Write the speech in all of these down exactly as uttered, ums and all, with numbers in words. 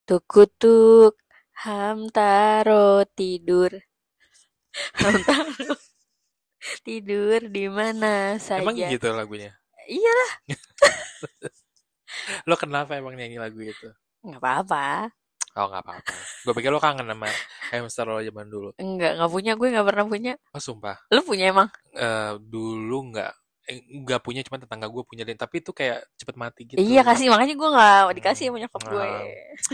Tuk-tuk, Hamtaro tidur, Hamtaro tidur di mana Emang saja. gitu lagunya? Iyalah, Lo kenapa emang nyanyi lagu itu? nggak apa-apa. Oh nggak apa-apa. Gue pikir lo kangen sama hamster lo zaman dulu. Enggak, nggak punya, gue nggak pernah punya. Oh sumpah. Lu punya emang? Eh, dulu nggak eh, nggak punya, cuman tetangga gue punya, dan tapi itu kayak cepet mati Iya gitu. kasih, makanya gue nggak dikasih Hmm, sama nyokap gue. um,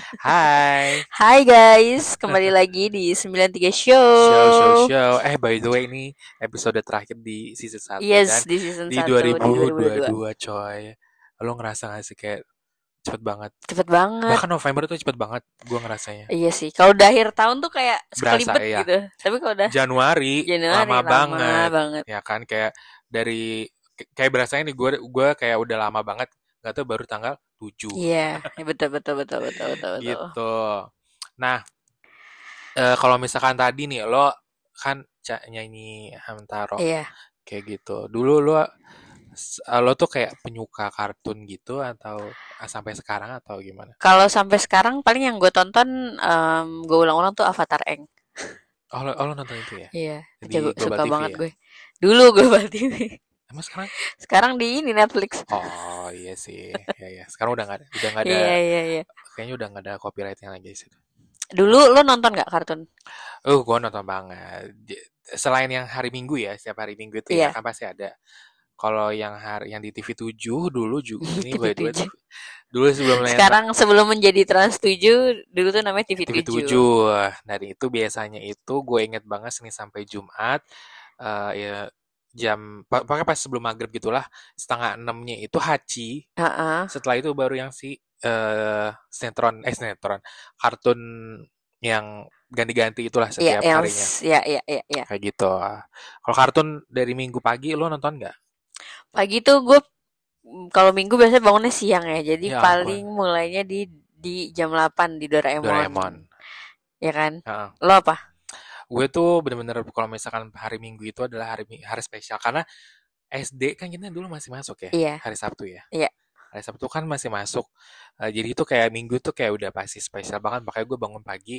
Hai, Hai guys, kembali lagi di sembilan tiga show show Show. show. Eh by the way ini episode terakhir di season satu Yes, kan, di season di satu di dua ribu dua puluh dua. dua ribu dua puluh dua coy. Lo ngerasa gak sih kayak cepet banget? Cepet banget. Bahkan November tuh cepet banget gue ngerasanya. Iya sih, kalau udah akhir tahun tuh kayak Berasa sekelibet ya. gitu. Tapi kalau udah Januari Januari lama lama banget, banget. ya kan, kayak dari kayak berasanya nih gue gue kayak udah lama banget nggak tahu baru tanggal tujuh Iya, ya betul betul betul betul betul betul. gitu. Nah, eh, kalau misalkan tadi nih lo kan ca- nyanyi Hamtaro Iya. kayak gitu. Dulu lo s- lo tuh kayak penyuka kartun gitu atau ah, sampai sekarang atau gimana? Kalau sampai sekarang paling yang gue tonton em, gue ulang-ulang tuh Avatar Eng. Oh lo, oh, lo nonton itu ya Iya, jago di Global suka T V banget ya? gue. Dulu gue berarti Emang sekarang? sekarang di ini Netflix. Oh iya sih, ya ya. Sekarang udah nggak ada, udah nggak ada, Iya iya iya. kayaknya udah nggak ada copyrightnya lagi di situ. Dulu lo nonton nggak kartun? Oh, gue nonton banget. J- Selain yang hari Minggu ya, setiap hari Minggu itu ya Iya, kan pasti ada. Kalau yang hari yang di T V tujuh dulu juga ini by the way T V tujuh. tuh dulu sebelum neta Sekarang sebelum menjadi Trans tujuh, dulu tuh namanya T V T V tujuh. tujuh. Dari itu biasanya itu gue inget banget Senin sampai Jumat, eh, ya jam pa- pokoknya pas sebelum maghrib gitulah, setengah enamnya itu Hachi. Heeh. Setelah itu baru yang si eh sinetron eh sinetron kartun yang ganti-ganti itulah Iya, setiap yang harinya. s- ya ya ya ya. Kayak gitu. Kalau kartun dari Minggu pagi lo nonton nggak? Pagi tuh gue kalau Minggu biasanya bangunnya siang ya. Jadi Ya paling ampun, mulainya di di jam delapan di Doraemon. Doraemon. Ya kan? Heeh. Lo apa? Gue tuh bener-bener kalau misalkan hari Minggu itu adalah hari hari spesial karena S D kan kita dulu masih masuk ya, Iya, hari Sabtu ya. iya. Hari Sabtu kan masih masuk. Eh, jadi itu kayak Minggu tuh kayak udah pasti spesial banget. Makanya gue bangun pagi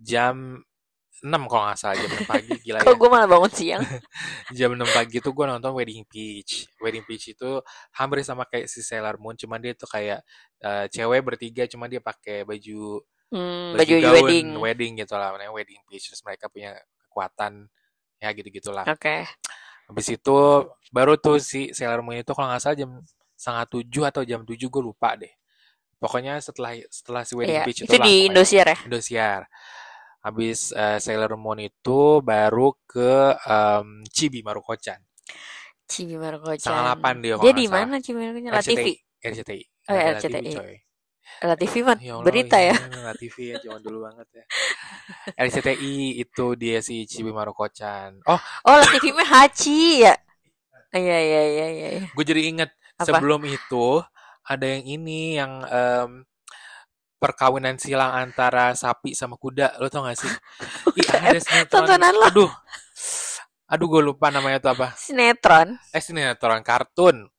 jam enam kalau nggak salah, jam enam pagi, gila Kok ya. gue malah bangun siang? Jam enam pagi tuh gue nonton Wedding Peach. Wedding Peach itu hampir sama kayak si Sailor Moon, cuman dia tuh kayak eh, cewek bertiga, cuman dia pakai baju Hmm, baju baju gaun wedding. wedding gitu lah, namanya Wedding Peach. Terus mereka punya kekuatan ya gitu-gitulah. Oke. Habis itu baru tuh si Sailor Moon itu kalau nggak salah jam setengah tujuh atau jam tujuh gue lupa deh. Pokoknya setelah setelah si Wedding Iya, Peach itu itulah di pokoknya Indosiar ya? Indosiar. Habis eh, Sailor Moon itu baru ke em, Chibi Maruko-chan. Cibi Setengah Maruko-chan. delapan dia kalau Dia nggak di salah. mana Cibi Maruko-chan? La T V. R C T I, R C T I, Oh ya, ada La T V R C T I. coy. La T V mah Ya Allah, berita iya ya. La T V ya zaman dulu banget ya. R C T I itu dia si Chibi Maruko-chan. Oh, Oh, La T V mah Hachi ya. Iya iya iya iya. Iya. gue jadi inget Apa? sebelum itu ada yang ini yang em, perkawinan silang antara sapi sama kuda. Lo tau gak sih? Ih, Bukan. ada sinetron. Tontonan lo Aduh, aduh gue lupa namanya tuh apa. sinetron. Eh, sinetron kartun.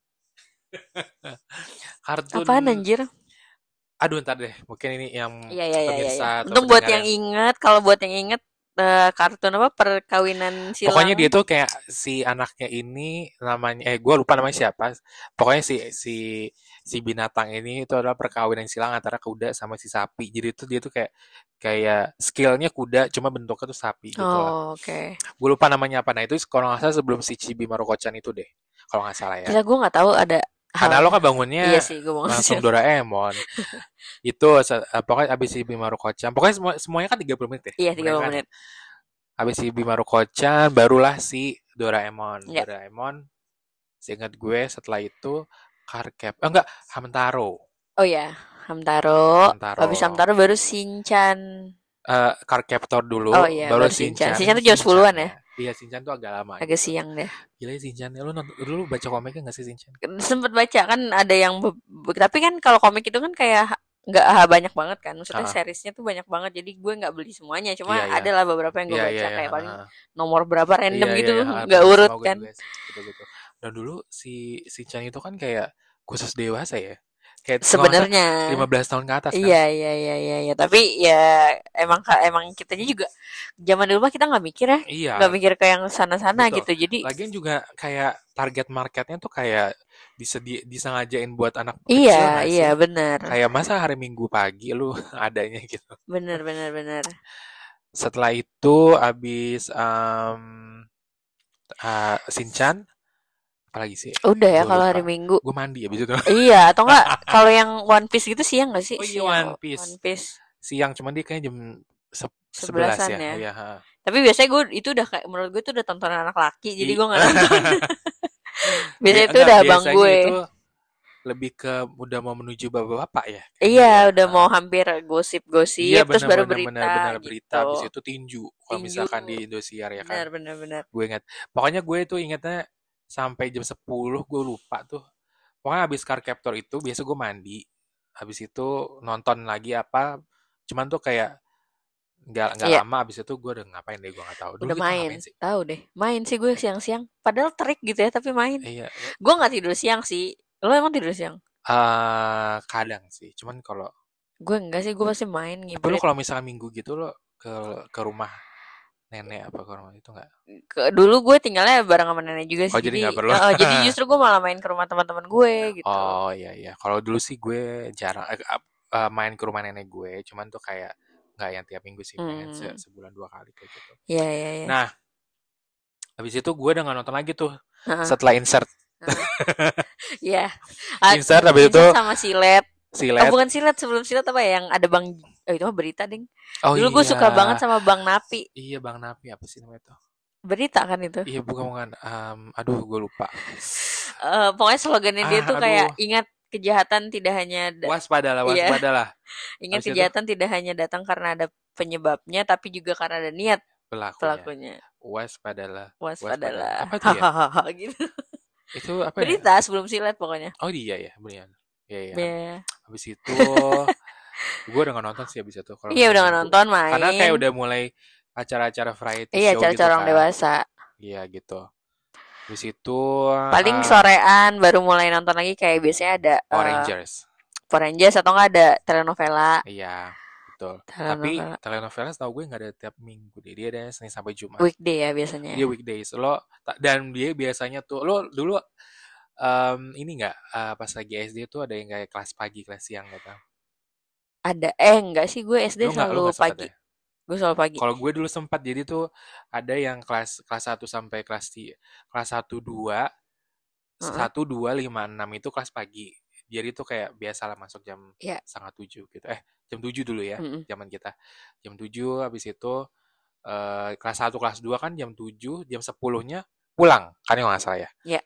Apaan Kartun. anjir? Aduh, ntar deh. Mungkin ini yang Iya iya iya iya. Iya. pemirsa atau Untung buat pendengar yang yang inget, kalau buat yang inget eh, kartun apa perkawinan pokoknya silang. dia tuh kayak si anaknya ini namanya eh gue lupa namanya siapa. Pokoknya si si si binatang ini itu adalah perkawinan silang antara kuda sama si sapi. Jadi itu dia tuh kayak kayak skillnya kuda cuma bentuknya tuh sapi gitu lah. Oh, oke. Okay. Gue lupa namanya apa. Nah itu kalau nggak salah sebelum si Chibi Maruko-chan itu deh. Kalau nggak salah ya. Gila gue nggak tahu ada hal. Karena lo kan Iya bangunnya sih, gue bangun langsung siang. Doraemon. Itu se- eh, pokoknya abis si Bimaru-chan. Pokoknya semua, semuanya kan tiga puluh menit ya. Iya, Mereka tiga puluh kan menit. abis si Bimaru-chan barulah si Doraemon. Ya. Doraemon, seingat gue setelah itu Cardcap. Eh, enggak, Hamtaro. Oh ya, Hamtaro. Hamtaro. Habis Hamtaro baru Shinchan. Eh Cardcaptor dulu, Oh iya, baru baru Shinchan. Shinchan. Shinchan tuh jam Shinchan sepuluhan-an ya. ya. Iya, Shinchan tuh agak lama Agak gitu. siang deh. Gila ya Shinchan. Ya, lu, nonton, dulu baca komiknya nggak sih Shinchan? Sempet baca kan ada yang be- be- tapi kan kalau komik itu kan kayak nggak ah, banyak banget kan. Maksudnya Ah, seriesnya tuh banyak banget. Jadi gue nggak beli semuanya. Cuma iya, iya. ada lah beberapa yang gue Iya, iya, baca iya. kayak paling Ah, nomor berapa random iya, iya, gitu, iya. Ah, nggak bener urut sama gue kan. juga sih. Betul-betul. Dan dulu si Shinchan itu kan kayak khusus dewasa ya. Kayak kalau nggak salah Sebenarnya. lima belas tahun ke atas kan. Iya, iya, iya, iya, iya. Tapi ya emang ka- emang kitanya juga zaman dulu mah kita nggak mikir ya, nggak Iya, mikir ke yang sana-sana betul. gitu. Jadi Lagian juga kayak target marketnya tuh kayak disedi disengajain buat anak iya, kecil nggak iya sih? benar, Kayak masa hari Minggu pagi lu adanya gitu. benar, benar, benar. Setelah itu abis um, uh, Shinchan, apalagi sih? Udah ya Gue kalau hari lupa. Minggu. Gue mandi abis itu. Iya, atau enggak kalau yang One Piece gitu siang nggak sih? Oh iya, Siang One One Piece. Piece Siang, cuman dia kayaknya jam se- sebelas sebelasan ya. ya. Iya, ha. Tapi biasanya gue itu udah kayak menurut gue itu udah tontonan anak laki, jadi I- gue nggak nonton. Biasanya Bia- itu enggak, udah abang biasanya gue. itu lebih ke udah mau menuju bapak-bapak ya, kayaknya Iya, ya. udah Ha. mau hampir Iya gosip-gosip, terus benar baru benar benar berita benar berita gitu. habis itu tinju kalau Tinju, misalkan di Indosiar ya kan. benar, benar, benar. Gue ingat. Pokoknya gue itu ingatnya sampai jam sepuluh gue lupa tuh. Pokoknya habis car captor itu biasa gue mandi. Habis itu nonton lagi apa. Cuman tuh kayak nggak nggak Iya, lama habis itu gue udah ngapain deh gue nggak tahu. Dulu udah kita main. ngapain sih? Tahu deh, main sih gue siang-siang. Padahal terik gitu ya, tapi main. Iya, ya. Gue nggak tidur siang sih. Lo emang tidur siang? Eh, kadang sih. Cuman kalau Gue enggak sih, gue pasti main tapi lu ngibrit. kalau misalkan minggu gitu lo ke ke rumah nenek apa ke rumah itu nggak? Ke, dulu gue tinggalnya bareng sama nenek juga Oh sih. jadi Jadi, nggak perlu. eh, eh, jadi justru gue malah main ke rumah teman-teman gue gitu. Oh iya iya. Kalau dulu sih gue jarang eh, ap- eh, main ke rumah nenek gue. Cuman tuh kayak nggak yang tiap minggu sih, pengen se- Hmm, sebulan dua kali kayak gitu. iya, iya, iya. Nah, habis itu gue udah nggak nonton lagi tuh Heeh, setelah insert. heeh. Iya. Ah, Insert habis itu insert sama silet. Oh, silet. bukan silet, sebelum silet apa ya? Yang ada Bang, oh, itu mah berita, ding. Oh Dulu gue iya. suka banget sama Bang Napi. Iya Bang Napi apa sih namanya tuh? Berita kan itu. Iya bukan bukan. Em, aduh gue lupa. Eh, pokoknya slogannya dia Ah tuh kayak aduh. ingat kejahatan tidak hanya da- Waspadalah iya, waspadalah. ingat Habis itu kejahatan tidak hanya datang karena ada penyebabnya tapi juga karena ada niat pelakunya. pelakunya. Waspadalah. Waspadalah. Waspadalah. Apa tuh ya? Hahaha gitu. Itu apa ya? Berita sebelum silet pokoknya. Oh iya ya benar. Iya iya. Ya. Habis itu gue udah gak nonton sih habis itu kalau Iya, hari udah nggak Minggu. nonton, Karena kayak main. udah mulai acara-acara variety Iya, show gitu cara-cara orang kan. dewasa. Iya gitu. Habis itu Paling uh, sorean baru mulai nonton lagi kayak biasanya ada Power eh, Rangers. Power Rangers atau nggak ada telenovela. Iya, betul. Tapi Telenovela telenovela setahu gue nggak ada tiap minggu deh. Dia ada Senin sampai Jumat. weekday ya biasanya. Dia weekdays. Lo ta- dan dia biasanya tuh lo dulu em, ini nggak eh, pas lagi S D tuh ada yang kayak kelas pagi, kelas siang gitu. Ada eh enggak sih, gue S D Lo nggak lo selalu nggak sempat pagi. ya? Gue selalu pagi. Kalau gue dulu sempat jadi tuh ada yang kelas kelas satu sampai kelas tiga, kelas satu dua Heeh. satu dua lima enam itu kelas pagi. Jadi tuh kayak biasalah masuk jam Ya. setengah tujuh gitu. Eh jam tujuh dulu ya, Mm-mm. zaman kita. Jam tujuh habis itu eh, kelas satu kelas dua kan jam tujuh, jam sepuluh-nya pulang. Kan yang nggak salah ya. Ya.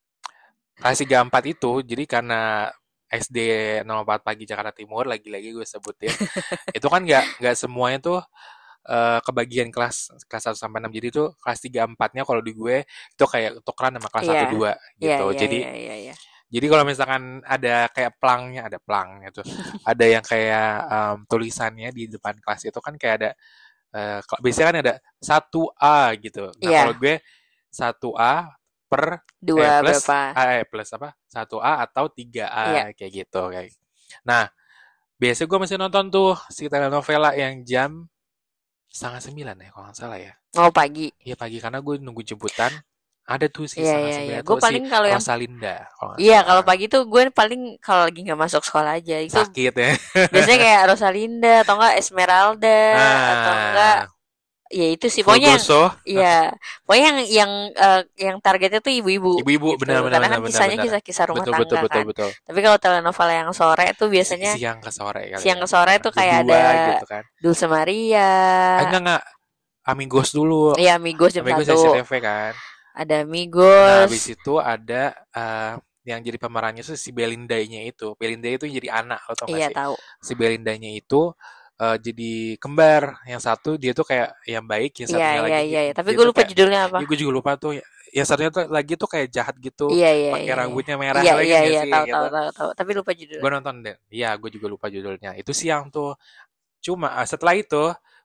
Kelas tiga empat itu jadi karena S D nol empat pagi Jakarta Timur lagi-lagi gue sebutin. Itu kan nggak nggak semuanya tuh eh, kebagian kelas kelas satu sampai enam. Jadi tuh kelas tiga empatnya kalau di gue itu kayak tukeran sama kelas Iya. satu dua Iya, gitu. iya, Jadi iya, iya, iya. jadi kalau misalkan ada kayak plangnya, ada plangnya tuh. Ada yang kayak em, tulisannya di depan kelas itu kan kayak ada eh, kela- biasanya kan ada satu A gitu. Nah, Iya. kalau gue satu A per eh Dua plus berapa? A eh, plus apa? satu A atau tiga A Iya. kayak gitu kayak. Nah, biasanya gue masih nonton tuh si telenovela yang jam setengah sembilan ya kalau nggak salah ya. Oh, pagi. Iya pagi karena gue nunggu jemputan. Ada tuh si Iya, setengah iya, iya. sembilan Gue tuh si paling kalau yang Rosalinda kalau nggak iya, kalau salah. pagi tuh gue paling kalau lagi nggak masuk sekolah aja. Itu Sakit ya. biasanya kayak Rosalinda atau enggak Esmeralda atau enggak Ah, ya itu sih pokoknya yang Fulgoso, iya, pokoknya yang yang eh, yang targetnya tuh ibu-ibu ibu-ibu gitu. benar benar Karena benar kan benar kisahnya benar. kisah-kisah rumah Betul betul tangga betul kan. betul. Tapi kalau telenovela yang sore tuh Si- biasanya siang ke sore kali siang ya. ke sore Nah, tuh jam kayak dua ada gitu kan. Dulce Maria, Ah, enggak enggak. Amigos dulu. ya Amigos jam Amigos satu, S C T V kan. ada Nah, Amigos, habis itu ada eh, yang jadi pemerannya tuh si Belindanya itu. Belinda itu yang jadi anak, lo tau gak iya sih? tahu. Si Belindanya itu eh, jadi kembar. Yang satu dia tuh kayak yang baik, yang Iya, satunya iya, lagi iya, iya. Tapi dia gue tuh lupa kayak judulnya apa. ya gue juga lupa tuh. Yang satunya tuh lagi tuh kayak jahat gitu, Iya, iya, pakai iya, iya. rambutnya merah Iya, lagi iya, gak iya, sih tahu, gitu. tahu, tahu, tahu. Tapi lupa Gue judulnya. nonton deh. Iya, gue juga lupa judulnya. Itu siang tuh. Cuma eh, setelah itu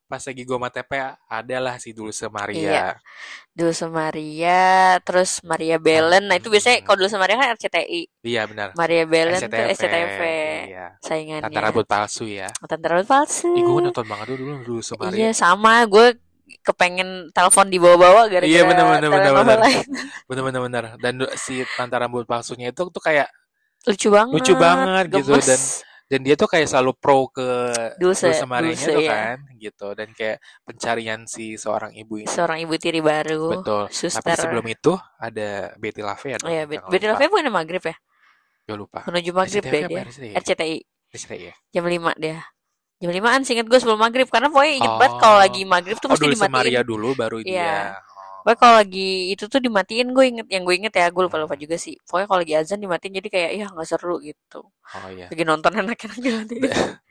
pas lagi gue sama T P adalah si Dulce Iya, Maria. Dulce Maria, terus Maria Kan, Belen. Nah itu biasanya mm, kalau Dulce Maria kan R C T I, iya benar. Maria Belen tuh S C T V, S C T V iya. Tante saingannya. rambut palsu ya. Tante rambut palsu. Ih, gue nonton banget tuh dulu Dulce Iya Maria. sama, gue kepengen telepon dibawa-bawa Iya gara-gara benar benar benar benar. telenovela itu. Benar benar benar. Dan du- si Tante rambut palsunya itu tuh kayak Lucu lucu banget, banget gitu, gemes. dan dan dia tuh kayak selalu pro ke Dulce, Dulce Marianya Dulce tuh ya. kan gitu, dan kayak pencarian si seorang ibu ini. Seorang ibu tiri baru, Betul. Tapi suster. sebelum itu ada Betty LaVey ya Oh dong, ya, jangan Betty lupa. LaVey bukan maghrib ya? Gue lupa. Menuju maghrib S C T V deh apa dia. R C T I? R C T I. R C T I ya? Jam lima dia. Jam limaan seinget gue sebelum maghrib. Karena pokoknya inget banget kalau Oh, lagi maghrib tuh oh mesti Dulce dimatiin. Maria dulu baru Iya. dia. Pokoknya kalau lagi itu tuh dimatiin, gue inget. Yang gue inget ya, gue lupa-lupa Hmm. juga sih. Pokoknya kalau lagi azan dimatiin jadi kayak, ya gak seru gitu. Oh iya. Lagi nonton anak-anak dimatiin.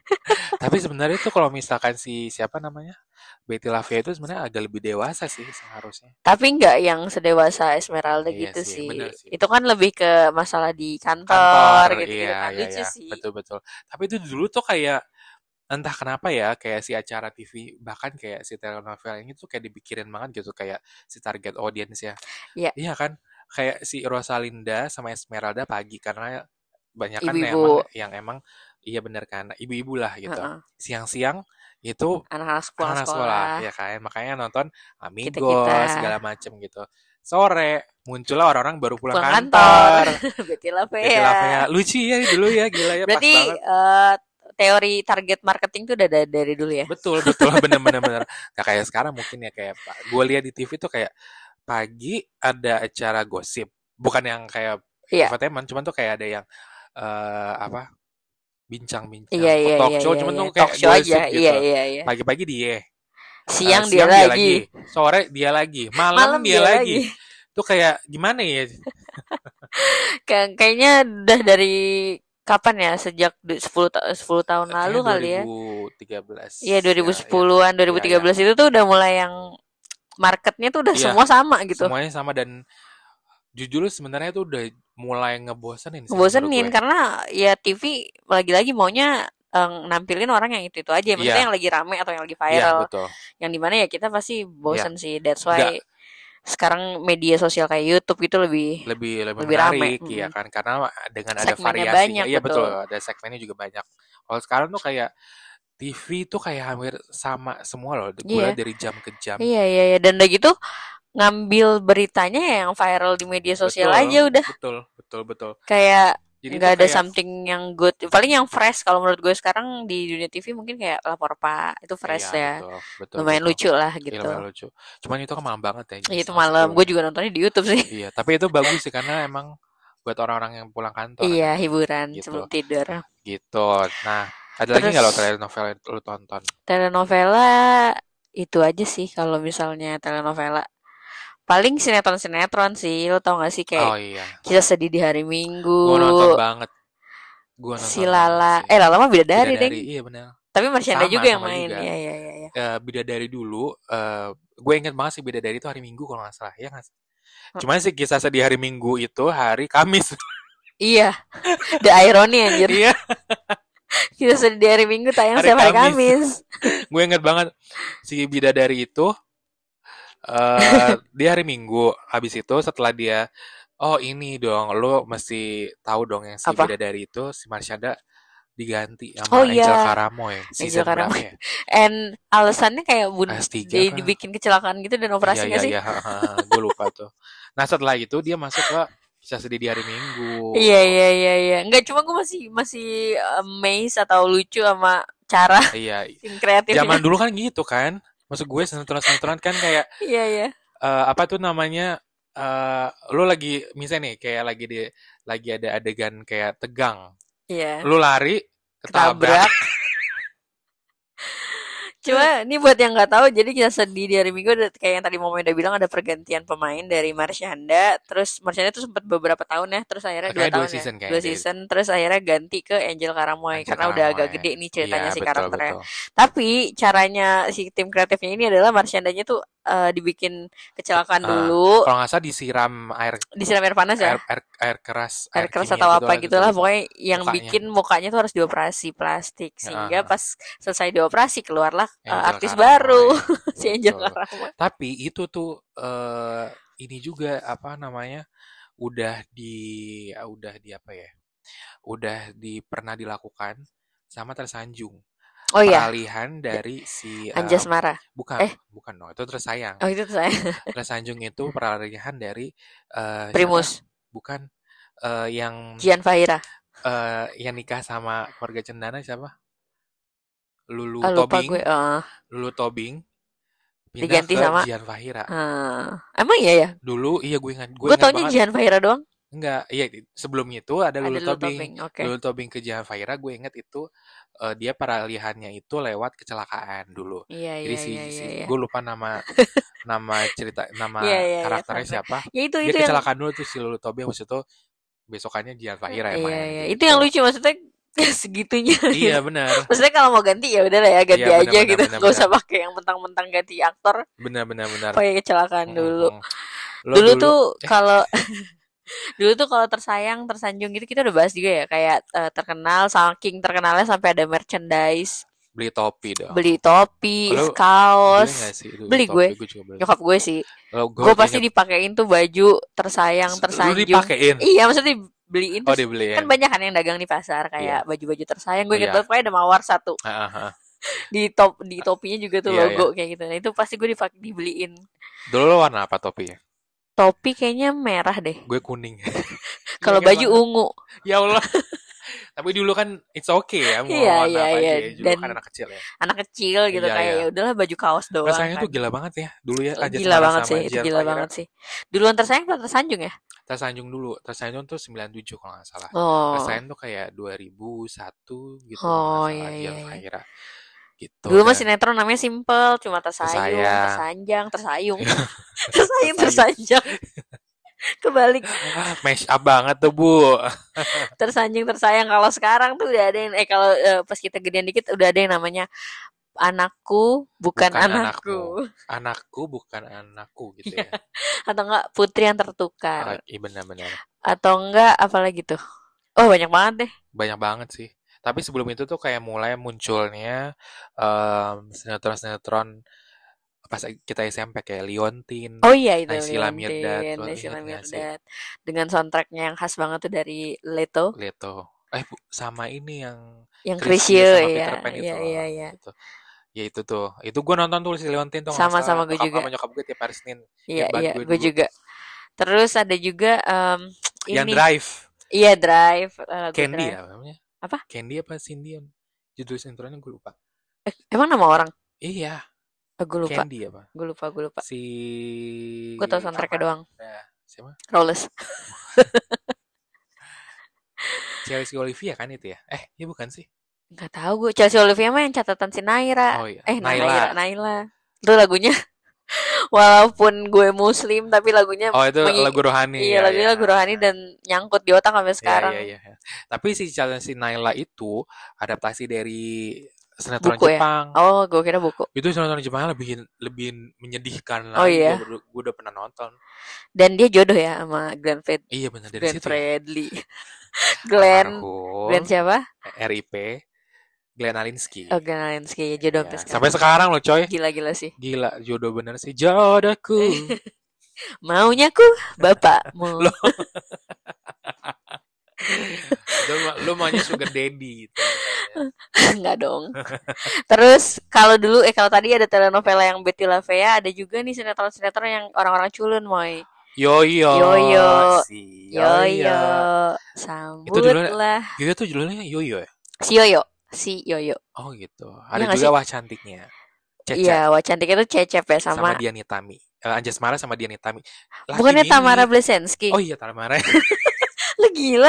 Tapi sebenarnya tuh kalau misalkan si siapa namanya Betty LaVey itu sebenarnya agak lebih dewasa sih seharusnya. Tapi nggak yang sedewasa Esmeralda Iya gitu sih, sih. bener sih. Itu kan lebih ke masalah di kantor Kantor, gitu-gitu iya kan. iya Lucu iya, sih. betul betul. Tapi itu dulu tuh kayak entah kenapa ya, kayak si acara T V bahkan kayak si telenovela ini tuh kayak dipikirin banget gitu, kayak si target audience ya. Iya, Iya kan? Kayak si Rosalinda sama Esmeralda pagi karena banyak kan emang ibu-ibu, yang emang iya bener kan, ibu-ibu lah gitu. heeh. Siang-siang itu Anak-anak sekolah anak sekolah sekolah ya kan, makanya nonton kita Amigos kita segala macem gitu. Sore muncullah orang-orang baru pulang pulang kantor. kantor. Betty LaVey Betty ya. LaVey lucu ya dulu ya, gila ya, pas Berarti banget. eh, teori target marketing tuh udah da- dari dulu ya. Betul betul bener bener bener. Nah kayak sekarang mungkin ya, kayak gue lihat di T V tuh kayak pagi ada acara gosip, bukan yang kayak Iya, infotainment, cuman tuh kayak ada yang eh, apa bincang-bincang iya, iya, talk iya, show, iya, cuman iya. tuh Talk kayak show gosip aja. gitu. Iya, iya, iya. Pagi-pagi dia, eh, Siang dia siang dia lagi, lagi, sore dia lagi, malam malam dia dia lagi. lagi. Tuh kayak gimana ya? Kayak- Kayaknya udah dari kapan ya? Sejak du- sepuluh ta- sepuluh tahun lalu Kayaknya kali ya. dua ribu tiga belas Iya, ya, ya, dua ribu sepuluhan, ya, ya. dua ribu tiga belas itu tuh udah mulai yang marketnya tuh udah Iya, semua sama gitu. semuanya sama, dan jujur sebenarnya tuh udah mulai ngebosenin sih menurut Ngebosenin gue. karena ya T V lagi-lagi maunya eh, nampilin orang yang itu-itu aja. Maksudnya Iya, yang lagi rame atau yang lagi iya viral. betul. Yang dimana ya kita pasti Iya, bosen sih. That's nggak why sekarang media sosial kayak YouTube gitu lebih lebih lebih lebih rame. menarik ya Mm-mm. kan, karena dengan ada Segmennya variasinya. banyak, Iya betul, betul. ada segmennya juga banyak. Kalau sekarang tuh kayak T V tuh kayak hampir sama semua loh. Gue Iya, lihat dari jam ke jam. iya, iya, iya. Dan udah gitu ngambil beritanya ya yang viral di media sosial Betul, aja udah. betul, betul, betul. Kayak Jadi nggak tuh ada kayak something yang good. Paling yang fresh kalau menurut gue sekarang di dunia T V mungkin kayak Lapor Pak. Itu fresh iya ya. betul, betul, Lumayan betul. lucu lah Iya gitu. lumayan lucu. Cuman itu kan malam banget ya, jam Itu setengah malam. sepuluh Gue ya. juga nontonnya di YouTube sih. Iya, tapi itu bagus sih karena emang buat orang-orang yang pulang kantor Iya, kan, hiburan gitu, sebelum tidur. gitu. Nah, ada lagi Terus nggak lo telenovela yang lo tonton? telenovela itu aja sih kalau misalnya telenovela. Paling sinetron-sinetron sih. Lo tau gak sih kayak Oh iya, Kisah Sedih di Hari gue Minggu, nonton banget, gue Si nonton banget Lala. sih. Eh, Lala mah Bidadari, Deng. Bidadari, iya benar. Tapi Marsyanda Sama, juga yang sama main. juga. Iya, iya, iya, iya. Eh, Bidadari dulu, eh, gue inget banget sih Bidadari itu hari Minggu kalau nggak salah, ya nggak sih? Hmm. Cuman sih Kisah Sedih Hari Minggu itu hari Kamis. Iya, the irony anjir. Iya, Kisah Sedih di Hari Minggu tayang hari setiap hari Kamis. Kamis. Gue inget banget si Bidadari itu eh di hari Minggu. Habis itu setelah dia, oh ini dong, lo mesti tahu dong yang si Apa? Bidadari itu si Marsyanda diganti Oh sama Angel iya, Karamoy. Angel Season berapa Karamoy. ya? And alasannya kayak bun S tiga di, kah? dibikin kecelakaan gitu dan Iya operasi iya nggak sih? iya, gue lupa tuh. Nah setelah itu dia masuk ke Kisah Sedih di Hari Minggu. Iya, iya, iya, iya. Enggak, cuma gue masih masih amazed atau lucu sama cara Iya, tim kreatifnya. zaman dulu kan gitu kan. Maksud gue sinetron-sinetron kan kayak Iya, iya. eh, apa tuh namanya? eh lo lagi misalnya nih kayak lagi di lagi ada adegan kayak tegang. Iya. Lo lari ketabrak. Ketabrak. Cuma ini buat yang nggak tahu, jadi Kisah Sedih di Hari Minggu ada, kayak yang tadi Momo udah bilang, ada pergantian pemain dari Marsyanda. Terus Marsyanda tuh sempat beberapa tahun ya, terus akhirnya dua Kayaknya dua tahun ya, season dua kayaknya. Jadi season. Terus akhirnya ganti ke Angel Karamoy Angel karena udah agak Karamoy. gede nih Iya ceritanya si betul karakternya. betul. Tapi caranya si tim kreatifnya ini adalah Marshandanya tuh eh, dibikin kecelakaan Ah, dulu, kalau nggak salah disiram air disiram air panas ya, air air, air keras, air air keras kimia atau gitu apa lah, gitulah, gitu-gitu pokoknya yang mukanya. bikin mukanya tuh harus dioperasi plastik, sehingga Ah, pas selesai dioperasi keluarlah eh, Angel artis Karama baru ya, si Angel betul. Rama. Tapi itu tuh eh ini juga apa namanya, udah di udah di apa ya? Udah di pernah dilakukan sama Tersanjung. Oh iya, Peralihan dari si eh, Anjasmara. bukan, Eh, bukan dong, itu Tersayang. oh itu tuh saya. Tersanjung itu peralihan dari eh, siapa? Primus, Bukan eh, yang Jian Fahira. eh, yang nikah sama keluarga Cendana siapa? Lulu Ah, lupa Tobing, gue. eh, Lulu Tobing pindah diganti ke sama. Jian Fahira. eh, emang iya ya? Dulu iya gue ingat, gue Gue ingat taunya banget. Jian Fahira doang. Enggak, iya sebelum itu ada Ada Lulu Lulu Tobing. Tobing, oke. Lulu Tobing ke Jihan Fahira, gue inget itu eh, dia peralihannya itu lewat kecelakaan dulu. Iya Jadi iya si iya si iya iya. gue lupa nama nama cerita nama Iya iya iya karakternya karakter. siapa. Ya itu Dia itu yang kecelakaan dulu tuh si Lulu Tobing, habis itu besokannya Jihan Fahira yang iya main iya itu gitu. yang lucu maksudnya segitunya Iya gitu. benar. Maksudnya kalau mau ganti ya udah lah ya ganti Iya benar aja benar gitu. benar Gak usah benar. pakai yang mentang-mentang ganti aktor Benar benar benar. pakai kecelakaan Mm, dulu. mm. Lo Dulu dulu tuh eh kalau dulu tuh kalau tersayang tersanjung gitu kita udah bahas juga ya kayak eh, terkenal saking terkenalnya sampai ada merchandise, beli topi dong. beli topi, Lo beli kaos, nggak sih dulu beli gue, topi? Gue juga beli. nyokap gue sih, Lo gue gue pasti inget dipakein tuh baju tersayang lu tersanjung. dipakein. Iya maksudnya dibeliin Oh terus kan dibeliin. banyak kan yang dagang di pasar Iya. kayak baju-baju tersayang. Gue inget Iya. banget pokoknya ada mawar satu Ah, ah, ah. di top di topinya juga tuh Iya iya. logo kayak gitu. Nah itu pasti gue dipak dibeliin. Dulu lo warna apa topinya? Topi kayaknya merah deh. Gue kuning. Kalau Ingat baju banget. ungu. Ya Allah. Tapi dulu kan it's okay ya mau Iya warna iya apa iya aja ya. Dulu dan kan anak kecil ya. anak kecil gitu Iya kayak iya. ya udahlah baju kaos doang Rasanya kan. tuh gila banget ya. Dulu ya Raja Gila Semara banget sama sih, itu Jihan gila Fahira. banget sih. Duluan tersayang atau tersanjung ya? Tersanjung dulu. Tersanjung tuh sembilan puluh tujuh kalau nggak salah. Oh. Tersanjung tuh kayak dua ribu satu gitu kalau Oh nggak iya salah. iya. Jihan iya. Fahira. Gitu Dulu mah dan sinetron namanya simple, cuma tersayung, tersayang. tersanjang, tersayung. Tersayung, Tersayung. tersanjang. Kebalik. Mash up banget tuh Bu. Tersanjung, tersayang. Kalau sekarang tuh udah ada yang eh kalau eh, pas kita gedean dikit udah ada yang namanya anakku bukan, Bukan anakku. anakmu. Anakku bukan anakku gitu Iya. ya. Atau enggak putri yang Ah, tertukar. iya benar-benar. Atau enggak apalagi tuh. Oh banyak banget deh. Banyak banget sih. Tapi sebelum itu tuh kayak mulai munculnya em, sinetron-sinetron pas kita S M P kayak Liontin, Oh iya itu Naysila Mirdad, Leontin, lo Naysila inget gak sih? Mirdad. Dengan soundtracknya yang khas banget tuh dari Leto. Leto. Eh bu, sama ini yang Yang Chrisye Chrisye sama ya. Peter Pan itu Iya loh. iya iya. Gitu. Ya itu tuh. Itu gue nonton tuh si Liontin tuh nggak salah. Sama-sama gue Bokap juga. sama nyokap gue tiap hari Senin. Iya Ingat banget iya gue gue dulu. juga. Terus ada juga em, Yang ini. Drive. Iya Drive, eh, lagu Candy Drive. ya namanya. Apa? Candy apa Cindy? Judul sinetronnya gue lupa. Eh, emang nama orang? Iya. Eh, gue lupa. Candy apa? Gue lupa, gue lupa. Si Gue tau soundtracknya doang. Nah, siapa? Rawless. Chelsea Olivia kan itu ya? Eh, ya bukan sih. Nggak tahu gue. Chelsea Olivia mah yang catatan si Naira. Oh iya, Eh Naila. Naira, Naila. Itu lagunya walaupun gue muslim tapi lagunya Oh itu mengi- lagu rohani. Iya ya, lagunya ya. lagu rohani dan nyangkut di otak sampai Iya, sekarang. iya, iya, iya. Tapi si Chelsea Naila itu adaptasi dari sinetron Buku ya? Jepang. Oh, gue kira buku. Itu sinetron Jepang lebih lebih menyedihkan Oh lagi. iya. Gue, gue udah pernah nonton. Dan dia jodoh ya sama Glenn Fred Iya benar dari Glenn situ. Ya. Fredly. Glenn Almarhum. Glenn siapa? R I P Glenn Alinsky. Oh, Glenn Alinsky jodoh Ya, sampai sampai sekarang. sekarang loh coy. Gila-gila sih. Gila jodoh bener sih jodohku. Maunya ku bapakmu. Loh. lu, lu maunya sugar daddy gitu. Enggak dong. Terus kalau dulu eh kalau tadi ada telenovela yang Betty La Fea, ada juga nih sinetron-sinetron yang orang-orang culun, Moy. Yoyo. Yoyo. Si Yoyo. Yoyo. Sambutlah. Yoyo tuh judulnya Yoyo ya? Si Yoyo. Si Yoyo. Oh gitu. Iya Ada nggak juga sih? Wah Cantiknya. Cecep. Iya, Wah Cantik itu Cecep ya Sama, sama, Dian Nitami. Eh, Anjasmara sama Dian Nitami. Laki bukannya bini. Tamara Blesensky. Oh iya Tamara. Lu gila.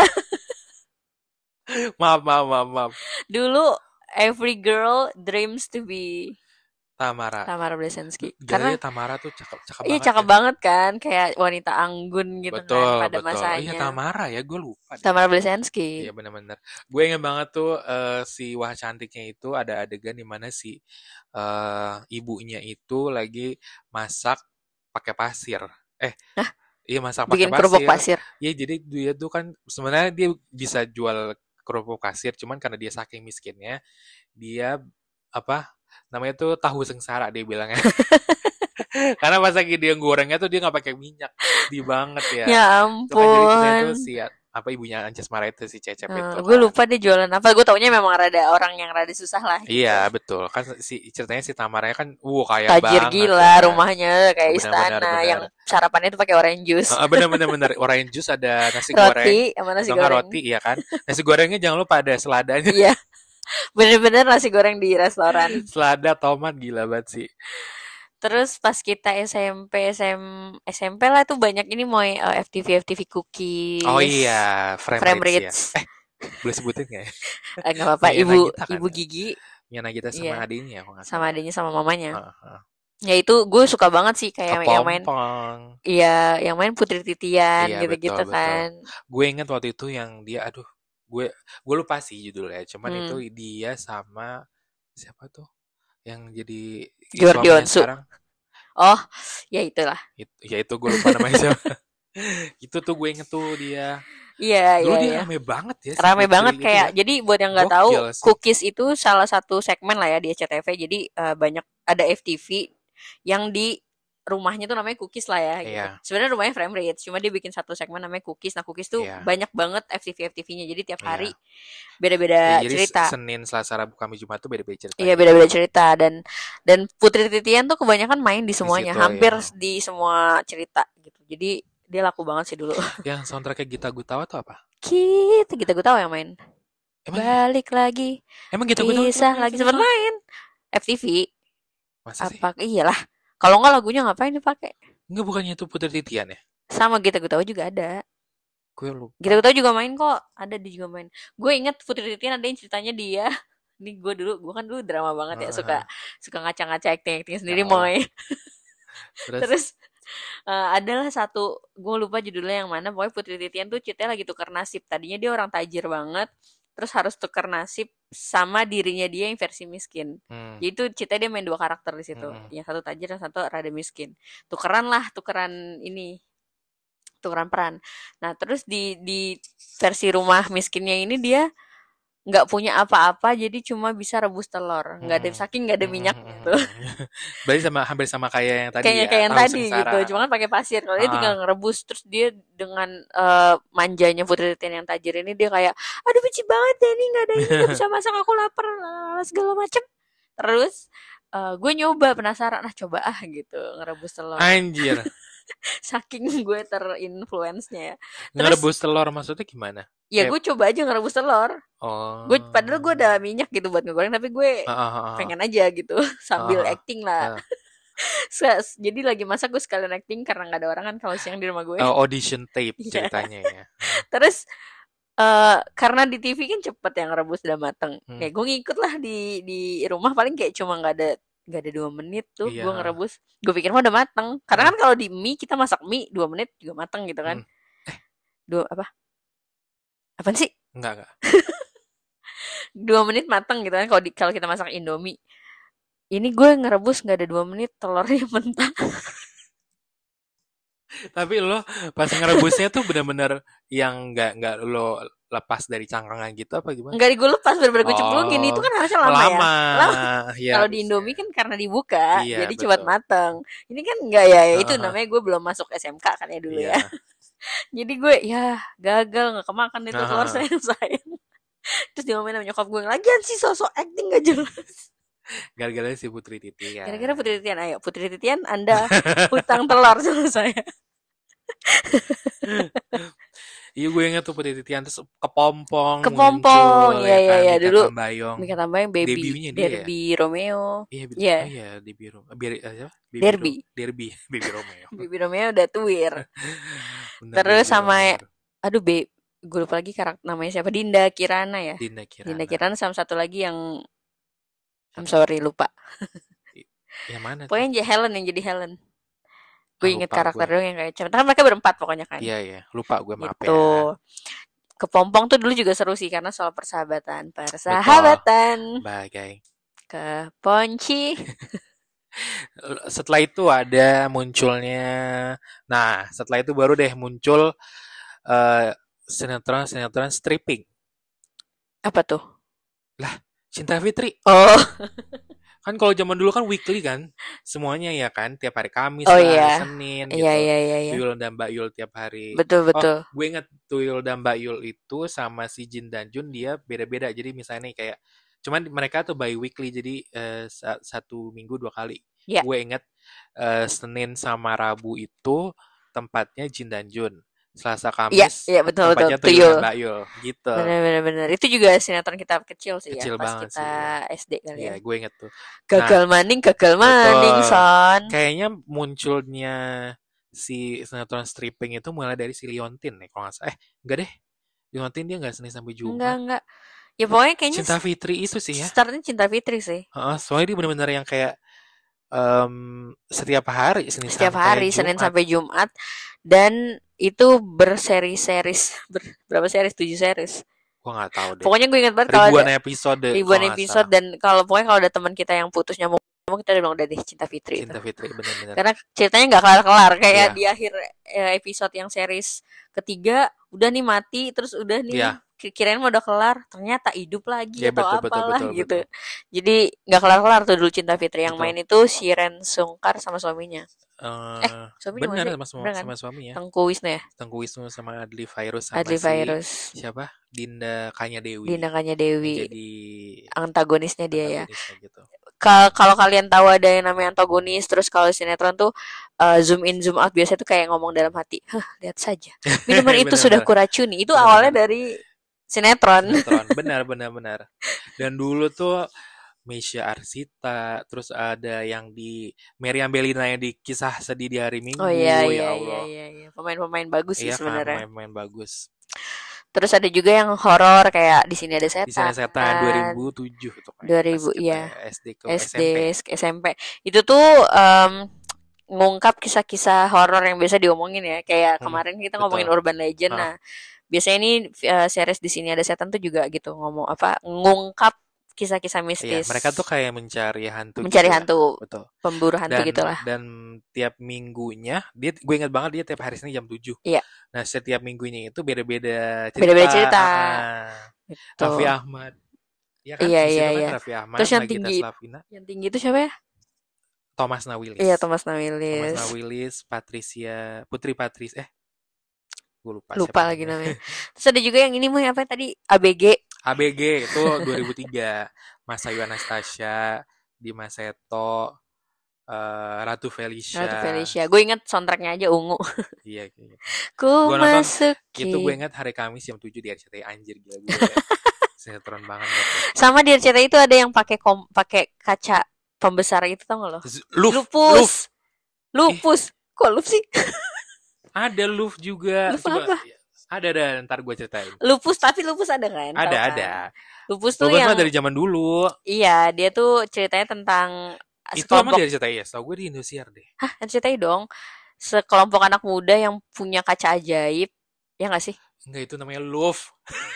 maaf, maaf, maaf, maaf. Dulu every girl dreams to be Tamara. Tamara Blesensky. Jadinya Karena Tamara tuh cakep cakep iya banget cakep kan. banget kan, kayak wanita anggun gitu kan Betul, pada betul. Oh iya masanya. Tamara ya, gue lupa deh. Tamara Blesensky. Iya benar-benar. Gue inget banget tuh eh, si Wah Cantiknya itu ada adegan di mana si eh, ibunya itu lagi masak pakai pasir. Eh, Hah, iya masak pakai bikin kerupuk pasir. pasir. Iya jadi dia tuh kan sebenarnya dia bisa jual kerupuk pasir, cuman karena dia saking miskinnya, dia apa namanya tuh tahu sengsara dia bilangnya. Karena pas lagi dia gorengnya tuh dia nggak pakai minyak, sedih banget ya. Ya Itu kan jadi ceritanya tuh ampun. si apa ibunya Anjas Mara itu si Cecep Eh, itu gue kan. lupa deh jualan apa. Gue taunya memang rada orang yang rada susah lah Iya gitu. betul kan si ceritanya si Tamaranya kan uh kaya Tajir banget ya gila kan. rumahnya kayak Benar-benar istana benar. yang sarapannya itu pakai orange juice. Heeh, benar-benar benar. Orange juice ada nasi goreng Roti sama nasi atau nggak goreng. roti ya kan. Nasi gorengnya jangan lupa ada seladanya. Iya, bener-bener nasi goreng di restoran. Selada tomat gila banget sih. Terus pas kita S M P, S M, S M P lah tuh banyak ini mau eh, F T V F T V Oh Cookies, iya, frame Frame rates ya. Rates. Eh, boleh sebutin nggak ya? Eh, nggak apa-apa, Punya ibu Nagita kan ibu ya? Gigi, Punya Nagita sama iya, adiknya kalau nggak sama salah. adiknya sama mamanya. Heeh, heeh. Ya itu gue suka banget sih kayak yang main, Kepompong. iya, yang main Putri Titian Iya betul gitu-gitu betul. kan. Gue inget waktu itu yang dia, aduh, gue gue lupa sih judulnya. Cuman itu Hmm, dia sama siapa tuh? Yang jadi Jordi suaminya Onsu. sekarang? Oh, ya itulah. It, ya itu gue lupa namanya siapa. Itu tuh gue inget tuh dia. Iya, Dulu iya, dia iya. rame banget ya si Rame Putri banget itu kayak ya. jadi buat yang nggak tahu Gokil sih. Cookies itu salah satu segmen lah ya di S C T V jadi eh, banyak ada F T V yang di rumahnya tuh namanya Cookies lah ya gitu Iya, sebenarnya rumahnya Frame Rates cuma dia bikin satu segmen namanya Cookies nah Cookies tuh iya, banyak banget F T V F T V-nya jadi tiap hari iya. Ya, beda-beda jadi cerita Senin, Selasa, Rabu, Kamis, Jumat tuh beda-beda iya ceritanya. beda-beda cerita dan dan Putri Titian tuh kebanyakan main di Di semuanya situ hampir ya. di semua cerita gitu jadi dia laku banget sih dulu Yang soundtracknya Gita Gutawa tuh apa? kita kita gue tahu yang main Emang balik lagi emang Gita Gutawa sempat kisah main lagi film sempat apa? main F T V Masa sih? apa iyalah kalau nggak lagunya ngapain dipakai Enggak, bukannya itu Putri Titian ya? sama Gita Gutawa juga ada Gue Gita lupa. Gutawa juga main kok ada dia juga main gue inget Putri Titian ada yang ceritanya dia ini gue dulu gue kan dulu drama banget ya suka Heeh, suka ngaca-ngaca acting acting ya sendiri Allah. moy Terus, terus eh, adalah satu gue lupa judulnya yang mana pokoknya Putri Titian tuh ceritanya lagi tukar nasib tadinya dia orang tajir banget terus harus tukar nasib sama dirinya dia yang versi miskin hmm, jadi tuh ceritanya dia main dua karakter di situ hmm, yang satu tajir yang satu rada miskin tukeran lah tukeran ini tukeran peran nah terus di di versi rumah miskinnya ini dia nggak punya apa-apa jadi cuma bisa rebus telur nggak ada hmm, saking nggak ada hmm, minyak hmm, gitu hmm. Berarti sama hampir sama kayak yang tadi kayaknya ya, kayak yang tahu tadi sengsara. gitu cuma kan pakai pasir kalau dia tinggal Ah, ngerebus terus dia dengan eh, manjanya Putri Titian yang tajir ini dia kayak aduh benci banget deh ini nggak ada ini nggak bisa masak aku lapar lalala, segala macem terus eh, gue nyoba penasaran nah coba ah gitu ngerebus telur anjir. saking gue terinfluence-nya ya terus Ngerebus telur maksudnya gimana? ya Kayak gue coba aja ngerebus telur gue padahal gue oh. ada minyak gitu buat ngegoreng tapi gue Ah, ah, ah, ah, pengen aja gitu sambil ah, acting lah ah. Se- jadi lagi masak gue sekalian acting karena nggak ada orang kan kalau siang di rumah gue Oh, audition tape Iya. ceritanya ya. terus eh karena di T V kan cepet yang rebus udah mateng Hmm, kayak gue ngikut lah di di rumah paling kayak cuma nggak ada nggak ada dua menit tuh gue iya. ngerebus gue pikir mah udah mateng karena Hmm, kan kalau di mie kita masak mie dua menit juga mateng gitu kan hmm. dua apa apa sih Enggak, enggak. dua menit mateng gitu kan kalau di kalau kita masak Indomie ini gue ngerebus nggak ada dua menit telurnya mentah Tapi lo pas ngerebusnya tuh benar-benar yang nggak nggak lo lepas dari cangkangan gitu apa gimana? nggak gue lepas bener-bener gue cemplungin itu Oh, kan harusnya lama ya lama. lama Ya kalau di harusnya. Indomie kan karena dibuka Iya, jadi cepat betul. mateng ini kan enggak ya ya itu Heeh, namanya gue belum masuk S M K kan ya dulu ya iya. jadi gue ya gagal nggak kemakan itu telur Heeh. sayang sayang terus diomelin sama nyokap gue lagian sih sosok acting gak jelas Gara-gara si Putri gara-gara Titian. Putri Titian ayo Putri Titian anda hutang telur sama saya Iya gue inget tuh Putri Titian terus kepompong kepompong muncul ya ya ya kan ya Mikha dulu Tambayong. Mika tambahin baby Debunya dia ya. Derby Romeo Iya, bet- ya oh iya di biru. Biar apa? Baby Derby Ro- Derby, Baby Romeo. Baby Romeo udah tuir Bener terus Baby sama Romeo. aduh be gue lupa lagi karakter namanya siapa Dinda Kirana ya Dinda Dinda Kirana. Kirana sama satu lagi yang I'm Siapa? sorry lupa Yang mana tuh? Pokoknya jadi Helen yang jadi Helen. Gue Ah, inget lupa karakter gue. doang yang kayak cewek. Kan mereka berempat pokoknya kan. Iya, iya. Lupa gue, maaf Gitu. ya. Kepompong tuh dulu juga seru sih karena soal persahabatan. Betul. Persahabatan. Bagai. Ke Ponci. Setelah itu ada munculnya. Nah, setelah itu baru deh muncul eh, sinetron-sinetron stripping. Apa tuh? Lah, Cinta Fitri. Oh. Kan kalau zaman dulu kan weekly kan. Semuanya ya kan. Tiap hari Kamis Oh lah, hari iya. Senin Iya, gitu. iya, iya, iya. Tuyul dan Mbak Yul tiap hari. Betul, Oh, betul. gue inget Tuyul dan Mbak Yul itu sama si Jin dan Jun dia beda-beda. Jadi misalnya nih kayak, cuman mereka tuh by weekly. Jadi eh, sa- satu minggu dua kali. Ya. Gue inget eh, Senin sama Rabu itu tempatnya Jin dan Jun. Selasa Iya, Kamis iya betul, betul. tempatnya Tuyul Tuyul. dan Mbak Yul gitu. Bener, bener, bener. Itu juga sinetron kita kecil sih Kecil ya. Pas banget kita sih. S D kali Iya, ya. gue inget tuh. Gagal maning, gagal maning, Betul. son. Kayaknya munculnya si sinetron stripping itu mulai dari si Liontin nih, kalau nggak salah. Eh, enggak deh. Liontin dia nggak Senin sampai Enggak, Jumat. enggak. Ya pokoknya kayaknya Cinta Fitri itu sih ya. startnya Cinta Fitri sih. Heeh, soalnya dia benar-benar yang kayak em, setiap hari Senin Setiap sampai hari, Senin Jumat. sampai Jumat. Dan itu berseri-series. Ber- berapa series? Tujuh series. Gua nggak tahu deh. Pokoknya gue ingat banget kalau Ribuan ada episode. ribuan kalau nggak episode. salah. Dan kalau pokoknya kalau ada teman kita yang putus nyambung, kita udah bilang udah deh Cinta Fitri itu. Cinta Fitri benar-benar. Karena ceritanya nggak kelar-kelar. Kayak Iya. di akhir eh, episode yang series ketiga, udah nih mati, terus udah nih Iya. ki- kirain mau udah kelar, ternyata hidup lagi Iya, atau betul, betul, apalah betul, gitu. betul. Jadi nggak kelar-kelar tuh dulu Cinta Fitri. Yang Betul. main itu Shiren Sungkar sama suaminya. Eh, Eh, suaminya benar masih sama, sama, bener kan? sama suaminya. Tengku Wisnu ya. Tengku Wisnu sama Adli Virus sama Adli si Virus. siapa? Dinda Kanya Dewi. Dinda Kanya Dewi. Jadi Antagonisnya dia ya. antagonisnya gitu. Ka- Kalau kalian tahu ada yang namanya antagonis, terus kalau sinetron tuh eh, zoom in zoom out biasanya tuh kayak ngomong dalam hati, hah lihat saja minuman itu sudah Benar-benar. kuracuni. Itu Benar-benar. awalnya dari sinetron. Sinetron. Benar, benar, benar. Dan dulu tuh Meisya Arsita, terus ada yang di Meriam Bellina yang di Kisah Sedih di Hari Minggu. Oh iya ya iya iya Allah. iya iya. Pemain-pemain bagus sih Iya kan, sebenarnya. main-main bagus. Terus ada juga yang horor kayak di sini ada Di sana setan. setan dua ribu tujuh tuh kan. dua Pas ribu kita iya. S D ke S D, S M P. S M P. Itu tuh em, ngungkap kisah-kisah horor yang biasa diomongin ya. Kayak Hmm, kemarin kita betul. ngomongin urban legend. Hah. Nah, biasanya ini eh, series di sini ada setan tuh juga gitu ngomong apa ngungkap kisah-kisah Iya, mistis. mereka tuh kayak mencari hantu Mencari gitu ya. hantu, Betul. pemburu hantu Dan gitulah. dan tiap minggunya dia gue ingat banget dia tiap hari Senin jam tujuh. Iya, Nah, setiap minggunya itu beda-beda cerita. beda-beda cerita. Ah, Gitu. Raffi Ahmad. Ya kan? Iya Di situ iya kan iya. Raffi Ahmad, Terus yang Nagita tinggi, Slavina, yang tinggi itu siapa ya? Thomas Nawilis. Iya Thomas Thomas Nawilis. Nawilis, Patricia, Putri Patris, eh, gue lupa siapa Lupa lagi namanya. namanya. Terus ada juga yang ini mah apa tadi? A B G. A B G itu dua ribu tiga. Mas Ayu Anastasia, Dimas Seto, eh, Ratu Felicia. Ratu Felicia. Gue inget soundtracknya aja ungu. Iya, kayak gitu. Ku Gue nonton masuki. itu gue ingat hari Kamis jam tujuh di R C T I. Anjir gila gue. ya. Sinetron banget gitu. Sama di R C T I itu ada yang pakai kom pakai kaca pembesar itu tau gak lo? Terus Luf, Luf. Lupus. Lupus. Kok lupus sih? Ada Luf juga. Luf Coba, apa? ada ada ntar gue ceritain. Lupus tapi lupus ada kan? Tau Ada kan? ada. Lupus tuh Lupus yang mah dari zaman dulu. iya dia tuh ceritanya tentang Itu emang sekelompok dari R C T I ya? Tau gue di Indosiar deh. hah R C T I dong. Sekelompok anak muda yang punya kaca ajaib. Ya gak sih? Enggak, itu namanya Luf.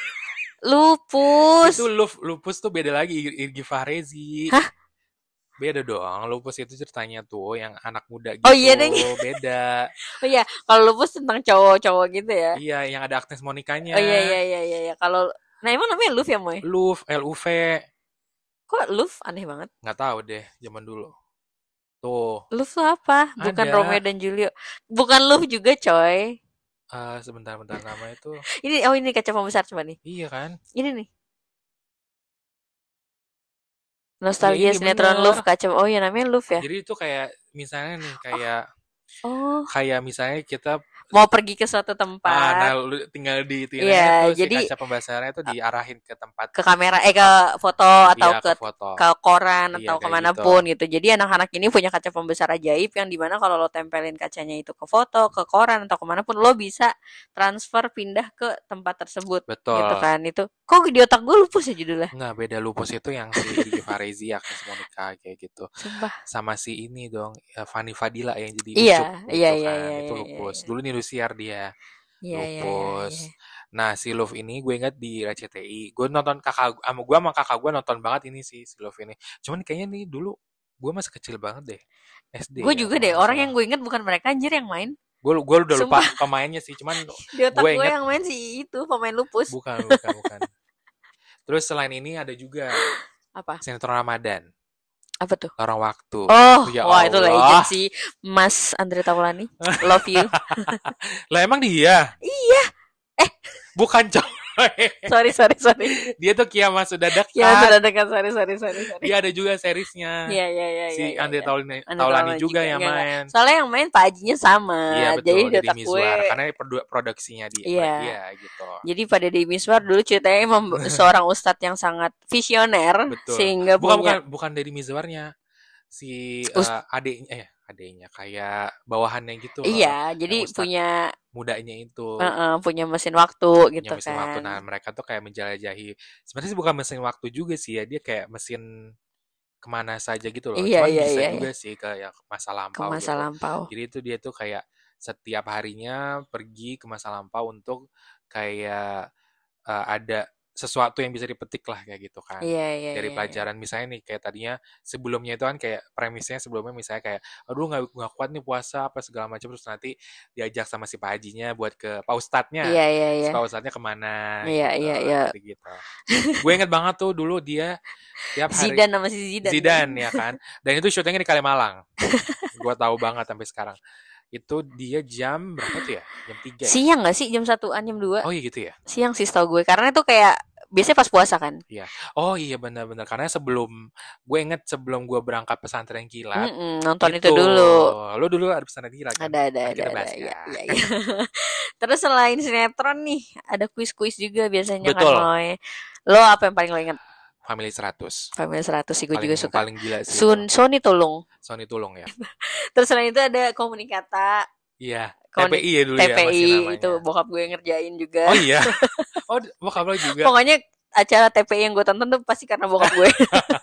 Lupus. Itu Luf, Lupus tuh beda lagi, Irgi Fahrezi. Hah? Beda dong. Lupus itu ceritanya tuh yang anak muda gitu. Oh iya deh. Beda. Oh iya, kalau lupus tentang cowok-cowok gitu ya. Iya, yang ada Agnes Monikanya. Oh iya iya iya iya iya. Kalau nah emang namanya Luf ya, Moy? Luf, L U V. Kok Luf aneh banget. Nggak tahu deh zaman dulu. Tuh. Luf tuh apa? Bukan Ada. Romeo dan Julio. Bukan Luf juga, coy. Eh, sebentar-bentar namanya itu. Ini oh ini kaca pembesar coba nih. Iya kan? Ini nih. Ya Nostalgia ini sinetron bener. Luf kaca. Oh ya namanya Luf ya. Jadi itu kayak misalnya nih kayak Oh, kayak misalnya kita mau pergi ke suatu Ah, nah tempat. lu tinggal di tinggalnya Iya, tuh si jadi kaca pembasarannya tuh diarahin ke tempat ke kamera eh ke tempat foto atau iya ke ke foto. ke koran Iya atau kayak gitu. kemanapun gitu. Jadi anak-anak ini punya kaca pembesar ajaib yang dimana kalau lo tempelin kacanya itu ke foto, ke koran atau kemanapun lo bisa transfer pindah ke tempat tersebut gitu Betul. kan. Itu kok di otak gue lupus ya judulnya. Nggak, beda lupus itu yang si Gigi Farezia Agnes Monica kayak gitu. Sumpah. Sama si ini dong, ya, Fanny Fadila yang jadi Iya, Ucup iya, gitu iya, kan. iya, Itu iya, iya, lupus. iya. Dulu nih Luciar dia. Iya, iya, iya, Lupus. iya. Nah, si Love ini gue ingat di R C T I. Gue nonton kakak sama gue sama kakak gue nonton banget ini sih si Love ini. Cuman kayaknya nih dulu gue masih kecil banget deh. S D Gue ya juga kalau deh, nggak orang salah. yang gue inget bukan mereka anjir yang main. Gue gue udah lupa Sumpah, pemainnya sih, cuman di otak gue gue inget yang main si itu pemain lupus. bukan bukan bukan. Terus selain ini ada juga Apa? sinetron Ramadan, Apa tuh? Lorong Waktu. Oh, Ya wah itu legend Allah. sih, Mas Andre Taulani. Love you. Lah emang dia? Iya. Eh, Bukan coy. sorry, sorry, sorry. Dia tuh kiamat sudah Ya dekat. sudah dekat, sorry, sorry, sorry, sorry. Dia ada juga seriesnya. Iya, iya, iya, Si iya, iya. Andre iya. Taulani, Andre Taulani Taulani juga juga yang enggak enggak. main. Soalnya yang main Pak Hajinya sama. Iya Jadi betul, di Deddy otak gue, Mizwar. Karena produ- produksinya dia. iya. Iya gitu. Jadi pada Deddy Mizwar dulu ceritanya emang seorang ustadz yang sangat visioner Betul. sehingga Bukan punya bukan bukan Deddy Mizwarnya. Si Ust- eh, adiknya eh adiknya kayak bawahannya gitu loh. iya, jadi Yang ustadz punya mudanya itu. uh-uh, punya mesin waktu Punya gitu mesin waktu. kan. Nah, mereka tuh kayak menjelajahi. Sebenarnya sih bukan mesin waktu juga sih ya. Dia kayak mesin kemana saja gitu loh. Iya, Cuman iya, bisa iya, juga iya. sih ke yang masa Ke lampau masa gitu. lampau. Jadi itu dia tuh kayak setiap harinya pergi ke masa lampau untuk kayak eh, ada sesuatu yang bisa dipetik lah kayak gitu kan. Iya, iya, Dari iya, iya. pelajaran misalnya nih kayak tadinya sebelumnya itu kan kayak premisnya sebelumnya misalnya kayak aduh nggak nggak kuat nih puasa apa segala macam terus nanti diajak sama si Pak Hajinya buat ke Pak Ustadznya. Iya, iya, Si iya. Pak Ustadznya kemana Iya, gitu iya, iya. gitu. Gue inget banget tuh dulu dia tiap hari Zidane sama si Zidane. kan? Zidane ya kan. Dan itu syutingnya di Kalimalang. Gue tahu banget sampai sekarang. Itu dia jam berapa tuh ya? Jam tiga ya? Siang gak sih? Jam satuan, jam dua? Oh iya gitu ya? Siang sih setahu gue. Karena itu kayak biasanya pas puasa kan. Iya. Oh iya benar-benar. Karena sebelum gue inget sebelum gue berangkat pesantren kilat Mm-mm, nonton itu itu dulu. lo dulu ada pesantren kilat kan? Ada, ada, Nanti ada, kita ada. bahas Iya, ya. iya, iya. Terus selain sinetron nih, ada kuis-kuis juga biasanya kan, Betul. Moy. Lo apa yang paling lo inget? Family seratus. Family seratus sih gue Paling juga suka. paling gila sih Sun, itu. Sony Tulung. Sony Tulung ya. Terus selain itu ada Komunikata. Iya. Komuni- T P I ya dulu ya masih T P I namanya. itu bokap gue ngerjain juga. Oh iya. Oh bokap lo juga. Pokoknya acara T P I yang gue tonton tuh pasti karena bokap gue.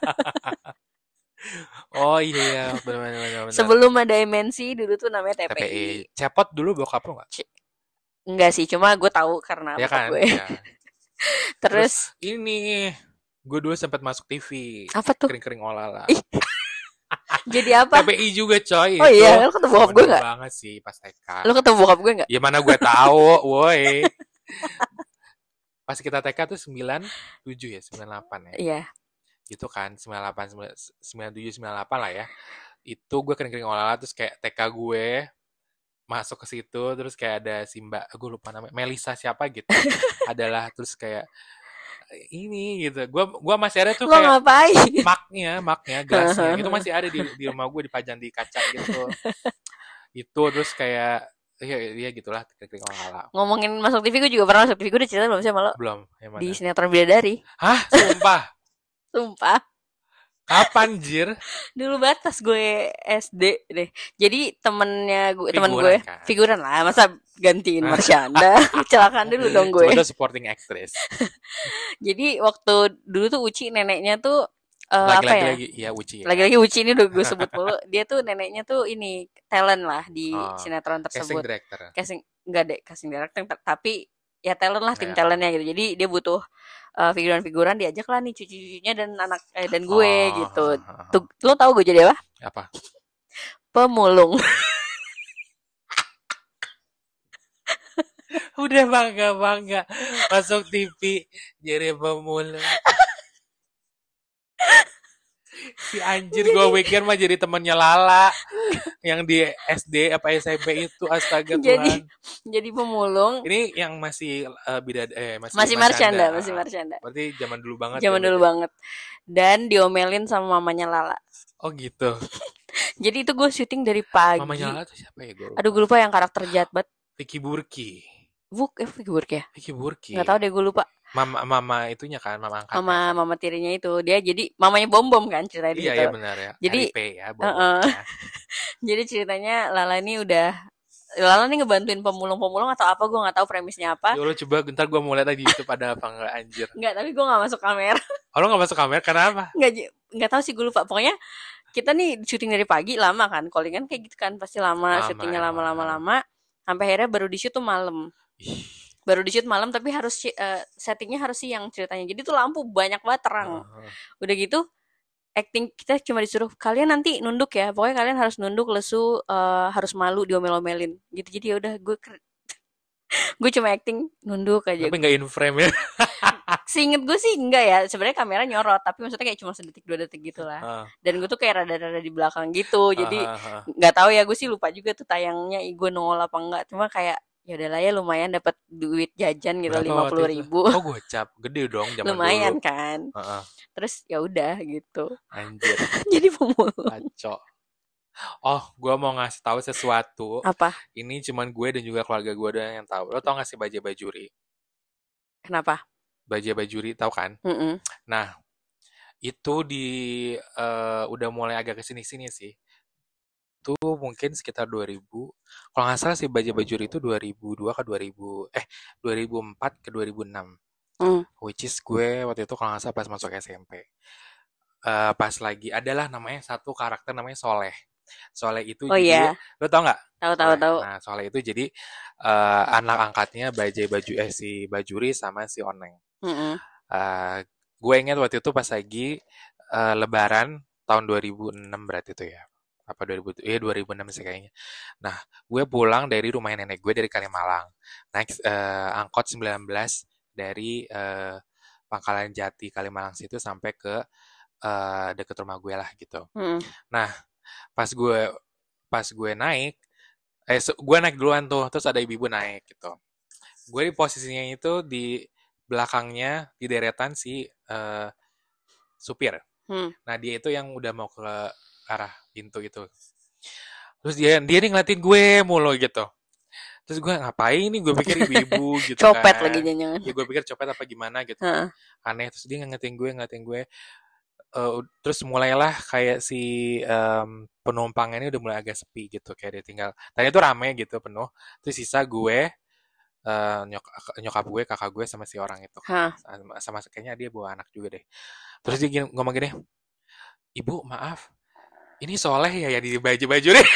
Oh iya benar-benar. Sebelum ada M N C dulu tuh namanya T P I. T P I. Cepot dulu bokap lo nggak? Enggak sih, cuma gue tahu karena Ya bokap kan. gue. Ya. Terus, Terus ini gue dulu sempat masuk T V. apa tuh? Kering-kering olala. Ih, jadi apa? T P I juga coy. Oh itu. iya, lo ketemu bokap gue Bener nggak? banget sih pas T K. Lo ketemu bokap gue nggak? Ya mana gue tahu, woi. Pas kita T K tuh sembilan tujuh ya, sembilan delapan ya. Iya. Gitu kan, sembilan delapan, sembilan tujuh, sembilan delapan lah ya. Itu gue kering-kering olala terus kayak T K gue masuk ke situ terus kayak ada si Mbak, gue lupa namanya, Melisa siapa gitu. Adalah terus kayak ini gitu. Gua gua masih ada tuh Lo kayak ngapain? maknya, maknya, gelasnya. Itu masih ada di di rumah gue dipajang di kaca gitu. Itu terus kayak ya, ya gitulah kering-kering olala. Ngomongin masuk T V, gue juga pernah masuk T V. Gue udah cerita belum sih sama lo? Belum, yang mana? Di sinetron Bidadari. Hah? Sumpah? Sumpah. Kapan jir? Dulu batas gue S D deh. Jadi temennya gue, temen Figuran gue, kan? figuran lah. Masa gantiin Marsyanda? Kecelakaan dulu dong gue. Sebetulnya supporting actress. Jadi waktu dulu tuh Uci neneknya tuh uh, apa Lagi-lagi ya? lagi, iya Uci ya. Lagi-lagi Uci ini udah gue sebut mulu. Dia tuh neneknya tuh ini talent lah di Oh, sinetron casting tersebut. director. Casting enggak deh, casting director t- tapi ya talent lah, tim Ya. talentnya gitu. Jadi dia butuh uh, figuran-figuran, diajak lah nih cucu-cucunya dan anak eh, dan gue Oh, gitu. ha, ha, ha. Tuh, lo tau gue jadi apa? Apa? Pemulung. Udah bangga-bangga masuk T V jadi pemulung. Si anjir gue pikir mah jadi temennya Lala yang di S D apa S M P itu, astaga Jadi Tuhan. jadi pemulung. Ini yang masih uh, bidad eh masih, Masih Marsyanda, masih Ah, Marsyanda. berarti zaman dulu banget. Zaman ya, dulu berarti. banget. Dan diomelin sama mamanya Lala. Oh gitu. Jadi itu gue syuting dari pagi. Mamanya Lala tuh siapa ya gue? Aduh gue lupa yang karakter jahat banget. Vicky Burki. Buk, eh Vicky Burki ya? Vicky Burki. Nggak tahu deh, gue lupa. Mama mama itunya kan, mama angkatnya. Mama Kan? mama tirinya itu, dia jadi mamanya Bom Bom kan ceritanya Iya, gitu. iya benar ya. Jadi R I P ya, Bom uh-uh. Bomnya. Jadi ceritanya Lala ini udah Lala nih ngebantuin pemulung-pemulung atau apa, gue nggak tahu premisnya apa. Ya Allah, coba bentar gue mau lihat di YouTube ada apa nggak, anjir. Nggak, tapi gue nggak masuk kamera. Oh, lo nggak masuk kamera kenapa? Nggak j- nggak tahu sih, gue lupa. Pokoknya kita nih syuting dari pagi lama kan, callingan kayak gitu kan pasti lama, Lama, syutingnya emang. lama-lama lama, sampai akhirnya baru di shoot tuh malam. Ih, Baru di shoot malam tapi harus shi- eh, settingnya harus siang ceritanya. Jadi tuh lampu banyak banget terang. uh, Udah gitu acting kita cuma disuruh kalian nanti nunduk ya, pokoknya kalian harus nunduk, lesu, eh, harus malu, diomel-omelin gitu. Jadi ya udah gue gue cuma acting nunduk aja. tapi nggak in frame ya. Seinget gue sih enggak ya, sebenarnya kamera nyorot tapi maksudnya kayak cuma sedetik dua detik gitu lah. Uh, Dan gue tuh kayak rada-rada di belakang gitu, jadi uh, uh, uh. nggak tahu ya, gue sih lupa juga tuh tayangnya gue nongol apa enggak. Cuma kayak ya udahlah ya, lumayan dapat duit jajan gitu, Berapa lima waktu puluh itu? ribu. Oh, gocap gede dong zaman Lumayan dulu. kan. Uh, uh. Terus ya udah gitu. Anjir, Jadi pemulung. kacau. Oh, gue mau ngasih tahu sesuatu. Apa? Ini cuman gue dan juga keluarga gue doang yang tahu. Lo tau gak sih Baja Bajuri? Kenapa? Baja Bajuri tahu kan? Mm-mm. Nah, itu di eh, udah mulai agak kesini-sini sih. Itu mungkin sekitar dua ribu. Kalau nggak salah sih Baja Bajuri itu dua ribu dua ke dua ribu eh dua ribu empat ke dua ribu enam. Mm. Which is gue waktu itu kalau nggak salah pas masuk S M P. Eh, pas lagi adalah namanya satu karakter namanya Soleh. Soleh itu Oh jadi iya, lo tau nggak? tahu tahu Soleh. tahu. Nah, Soleh itu jadi eh, anak angkatnya Bajai Baju eh si Bajuri sama si Oneng. Mm-mm. Eh, gue ingat waktu itu pas lagi eh, Lebaran tahun dua ribu enam berarti itu ya. Apa dua ribu? Iya dua ribu enam sih kayaknya. Nah, gue pulang dari rumah nenek gue dari Kalimalang. Naik eh, angkot sembilan belas dari eh, Pangkalan Jati Kalimalang situ sampai ke eh, deket rumah gue lah gitu. Mm. Nah, pas gue pas gue naik, eh se- gue naik duluan tuh, terus ada ibu-ibu naik gitu. Gue di posisinya itu di belakangnya di deretan si eh, supir. Hmm. Nah, dia itu yang udah mau ke arah pintu itu. Terus dia dia nih ngeliatin gue mulu gitu. Terus gue ngapain nih? Gue pikir ibu-ibu gitu Copet kan. lagi jangan. Ya gue pikir copet apa gimana gitu. Heeh. Aneh. Terus dia ngeliatin gue, ngeliatin gue. Uh, terus mulailah kayak si um, penumpang ini udah mulai agak sepi gitu, kayak dia tinggal tadi itu rame gitu penuh, terus sisa gue uh, nyok- nyokap gue, kakak gue sama si orang itu Hah. sama, sama kayaknya dia bawa anak juga deh. Terus dia gini, ngomong gini, ibu maaf ini Soleh ya ya di baju-baju deh.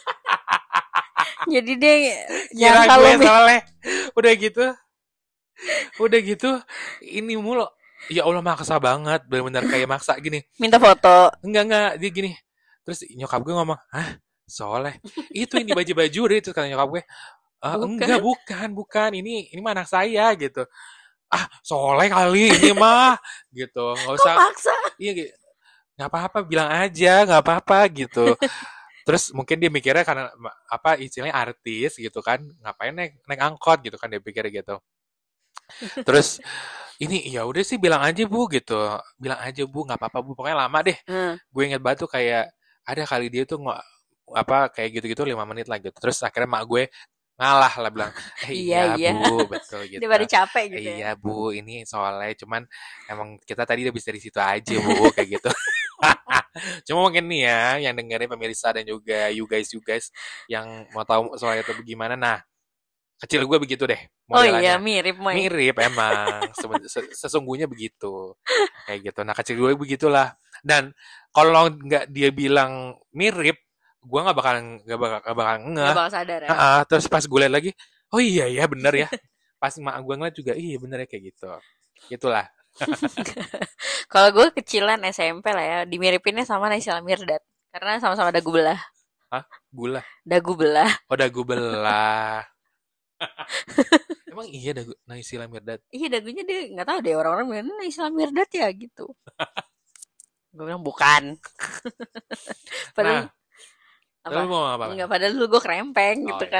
Jadi dia Kira jangan gue kalau Soleh udah gitu udah gitu ini mulu. Ya Allah, maksa banget, benar-benar kayak maksa gini. minta foto. Enggak, enggak, dia gini. Terus nyokap gue ngomong, hah, Soleh? Itu ini baju-baju deh, itu kata nyokap gue. "Ah, Bukan. enggak, bukan, bukan. Ini ini mah anak saya, gitu. Ah, Soleh kali ini mah, gitu. Nggak Kok usah, maksa? iya, gitu. Nggak apa-apa, bilang aja, nggak apa-apa, gitu. Terus mungkin dia mikirnya karena, apa, istilahnya artis, gitu kan. Ngapain naik, naik angkot, gitu kan, dia pikirnya gitu. Terus ini ya udah sih bilang aja bu gitu, bilang aja bu nggak apa-apa bu, pokoknya lama deh. Hmm. Gue inget banget tuh kayak ada kali dia tuh nggak apa kayak gitu-gitu lima menit lah gitu. Terus akhirnya mak gue ngalah lah bilang, eh, Iya, iya, iya. bu betul gitu. Dia baru capek gitu ya. Iya bu, ini soalnya cuman emang kita tadi udah bisa dari situ aja bu kayak gitu. Cuma mungkin nih ya yang dengerin pemirsa dan juga you guys you guys yang mau tahu soal itu bagaimana. Nah, kecil gue begitu deh Oh modelannya. iya, mirip Moy. Mirip emang Seben- se- sesungguhnya begitu kayak gitu. Nah, kecil gue begitulah. Dan kalau nggak dia bilang mirip, gue nggak bakalan nggak bakal nggak bakal ngeh. Gak bakal sadar ya. Ah, terus pas gue liat lagi, oh iya ya bener ya. Pas mak gue ngeliat juga, iya bener ya kayak gitu. Itulah. Kalau gue kecilan S M P lah ya, dimiripinnya sama Naysila Mirdad. Karena sama-sama dagu belah. Hah? Gula? Dagu belah. Oh, dagu belah. Emang iya dagu Naysila Mirdad? Iya, dagunya dia nggak tahu deh, orang-orang bilang Naysila Mirdad ya gitu. Gue bilang bukan. Padahal Nah, apa? Lalu mau apa? Enggak, padahal dulu gue krempeng Oh, gitu iya. kan.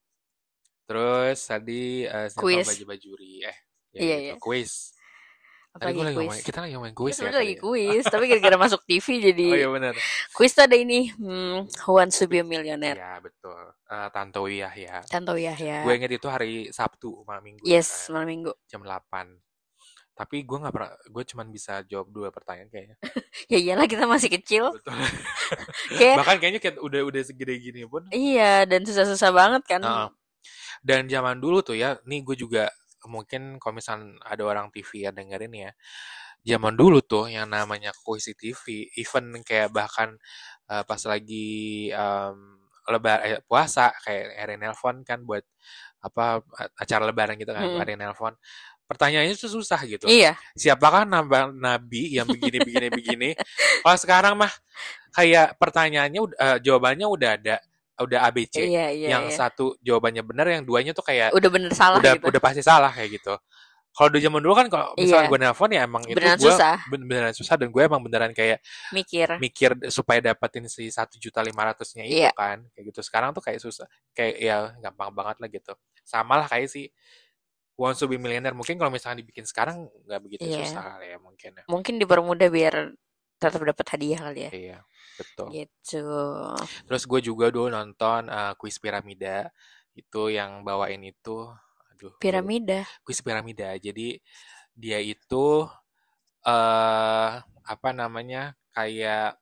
Terus tadi uh, Quiz. baju-bajuri eh ya Iya, gitu, iya. quiz. Tadi gue Apalagi lagi ngomongin, kuis. kita lagi ngomongin Kita kuis ya sebenarnya tadi lagi ya. kuis, tapi gara-gara masuk T V jadi Oh iya benar. kuis tuh ada ini, hmm, Who Wants to be a Millionaire. Iya betul. Eh, Tantowi Yahya. Tantowi Gue Yahya. inget itu hari Sabtu malam minggu ya Yes, kan, malam minggu. jam delapan. Tapi gue nggak pernah, gue cuman bisa jawab dua pertanyaan kayaknya. Ya iyalah kita masih kecil. Betul. Kayak Bahkan kayaknya kayak udah udah segede gini pun. iya, dan susah-susah banget kan. Heeh. Dan zaman dulu tuh ya, nih gue juga mungkin kalau misalnya ada orang T V ya dengerin ya. Zaman dulu tuh yang namanya kuis di T V, even kayak bahkan eh, pas lagi em, lebar eh, puasa kayak ada yang nelpon kan buat apa a- acara lebaran gitu kan, Mm-mm. ada yang nelpon. Pertanyaannya tuh susah gitu. Iya, Siapakah nambah nabi yang begini begini begini? Kalau sekarang mah kayak pertanyaannya ud- eh, jawabannya udah ada, udah A B C. iya, iya, Yang iya. satu jawabannya benar, yang duanya tuh kayak Udah bener salah udah gitu. udah pasti salah kayak gitu. Kalau di zaman dulu kan kalau misalnya Iya, gue nelpon ya emang itu beneran gue susah beneran susah dan gue emang beneran kayak mikir. mikir supaya dapetin si satu juta lima ratusnya itu Iya, kan kayak gitu. Sekarang tuh kayak susah, kayak ya gampang banget lah gitu. Sama lah kayak si Wants to be Millionaire, mungkin kalau misalnya dibikin sekarang nggak begitu iya. susah kali ya mungkin ya. Mungkin dipermudah biar tetap dapat hadiah kali ya. Iya betul. Gitu. Terus gue juga dulu nonton uh, kuis piramida itu yang bawain itu, aduh, gue- Piramida. kuis piramida. Jadi dia itu eh apa namanya kayak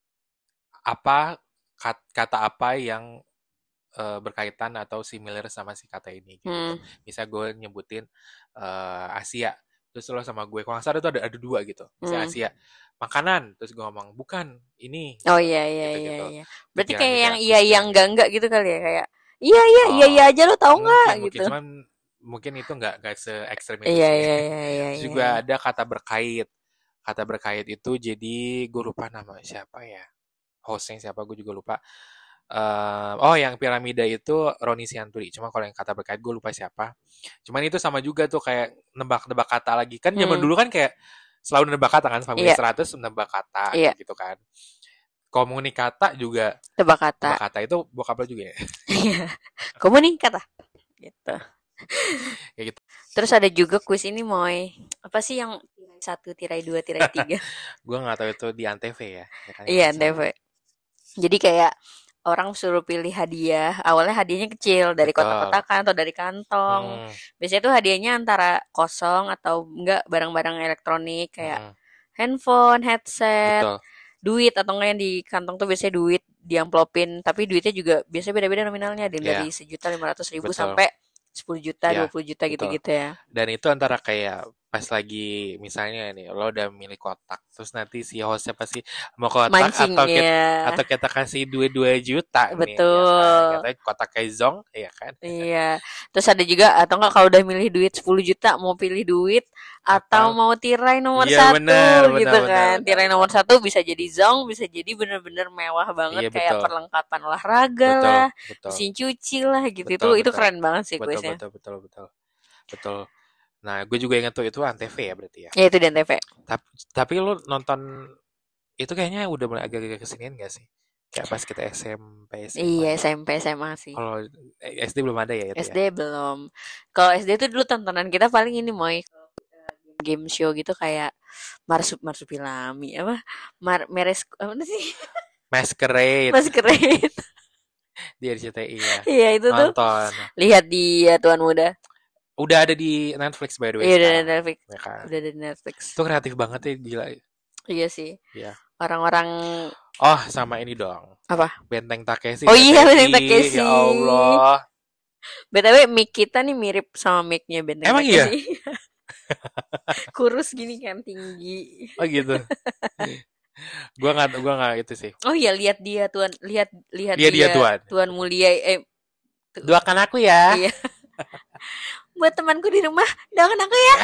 apa kat- kata apa yang eh, berkaitan atau similar sama si kata ini kayak gitu. Hmm. Misal gue nyebutin eh, Asia, terus lo sama gue kalau nggak salah itu ada ada dua gitu. Misalnya Hmm. Asia makanan, terus gue ngomong bukan ini Oh iya iya iya gitu-gitu. iya. Di Berarti kayak piramida, yang kuis iya yang piramida. enggak enggak gitu kali ya, kayak iya iya iya iya Oh, aja lo tahu nggak mungkin mungkin gitu. cuman mungkin itu nggak nggak se ekstrem itu Iya sih. iya iya iya Terus iya. juga iya. ada kata berkait. Kata berkait itu jadi gue lupa nama siapa ya. Hostnya siapa gue juga lupa. Eh, oh yang piramida itu Roni Sianturi. Cuma kalau yang kata berkait gue lupa siapa. Cuman itu sama juga tuh kayak nebak-nebak kata lagi. Kan zaman Hmm. dulu kan kayak selalu nebak kata kan. Family Iya seratus nebak kata iya. gitu kan. Komunikata juga Tebak kata. nebak kata itu bokap lo juga ya. Iya. Kamu nih kata. Gitu. Kayak gitu. Terus ada juga kuis ini Moy. Apa sih yang tirai satu, tirai dua, tirai tiga? Gue nggak tahu itu di Antv ya. Ya kan, Iya, kalau nggak T V. salah. Jadi kayak orang suruh pilih hadiah. Awalnya hadiahnya kecil dari Betul. kotak-kotakan atau dari kantong. Hmm, Biasanya tuh hadiahnya antara kosong atau enggak barang-barang elektronik kayak hmm, handphone, headset, betul. duit atau enggak yang di kantong tuh biasanya duit diamplopin, tapi duitnya juga biasanya beda-beda nominalnya, ada yang Ya, dari sejuta lima ratus ribu betul. sampai sepuluh juta, Ya, dua puluh juta betul. gitu-gitu ya. Dan itu antara kayak pas lagi misalnya nih lo udah milih kotak, terus nanti si hostnya pasti mau kotak Mancing atau kita ya. atau kita kasih duit dua juta nih, ya kan? Betul. Katanya kotak kayak zong, ya kan? Iya. Terus ada juga atau enggak kalau udah milih duit sepuluh juta mau pilih duit atau Atau mau tirai nomor iya satu benar, gitu benar, benar, kan. benar, Tirai benar. nomor satu bisa jadi zong, bisa jadi bener-bener mewah banget Iya kayak betul, perlengkapan olahraga betul, lah, betul, mesin cuci lah gitu. Itu betul, itu betul, keren banget sih betul, kuisnya. betul, betul, betul, betul. Nah, gue juga ingat tuh itu Antv ya berarti ya. Ya itu di Antv. Tapi, tapi lo nonton itu kayaknya udah mulai agak-agak kesinian gak sih? Kayak pas kita S M P, S M A. Iya, S M P, S M A sih. Kalau eh, S D belum ada ya itu S D ya? belum. Kalau S D tuh dulu tontonan kita paling ini Moy, game show gitu kayak Marsup Marsupilami apa? Mar Meres apa sih? Masquerade Masquerade. di R C T I ya. Iya itu tuh. Nonton. Lihat dia Tuan Muda. Udah ada di Netflix by the way Iya udah ada sekarang. Netflix. Ya kan? Udah ada Netflix. Itu kreatif banget ya, gila. Iya sih. Iya. Orang-orang Oh, sama ini dong. apa? Benteng Takeshi. Oh iya, B T I. Benteng Takeshi. Ya Allah. B T W mic kita nih mirip sama mic-nya Benteng Emang iya? Takeshi. Kurus gini kan, tinggi. Oh gitu. Gua nggak, gua nggak itu sih. Oh iya, lihat dia Tuan, lihat lihat Dia dia dia tuan. Tuan Mulia eh tu- Doakan aku ya. iya. Buat temanku di rumah, doakan aku ya.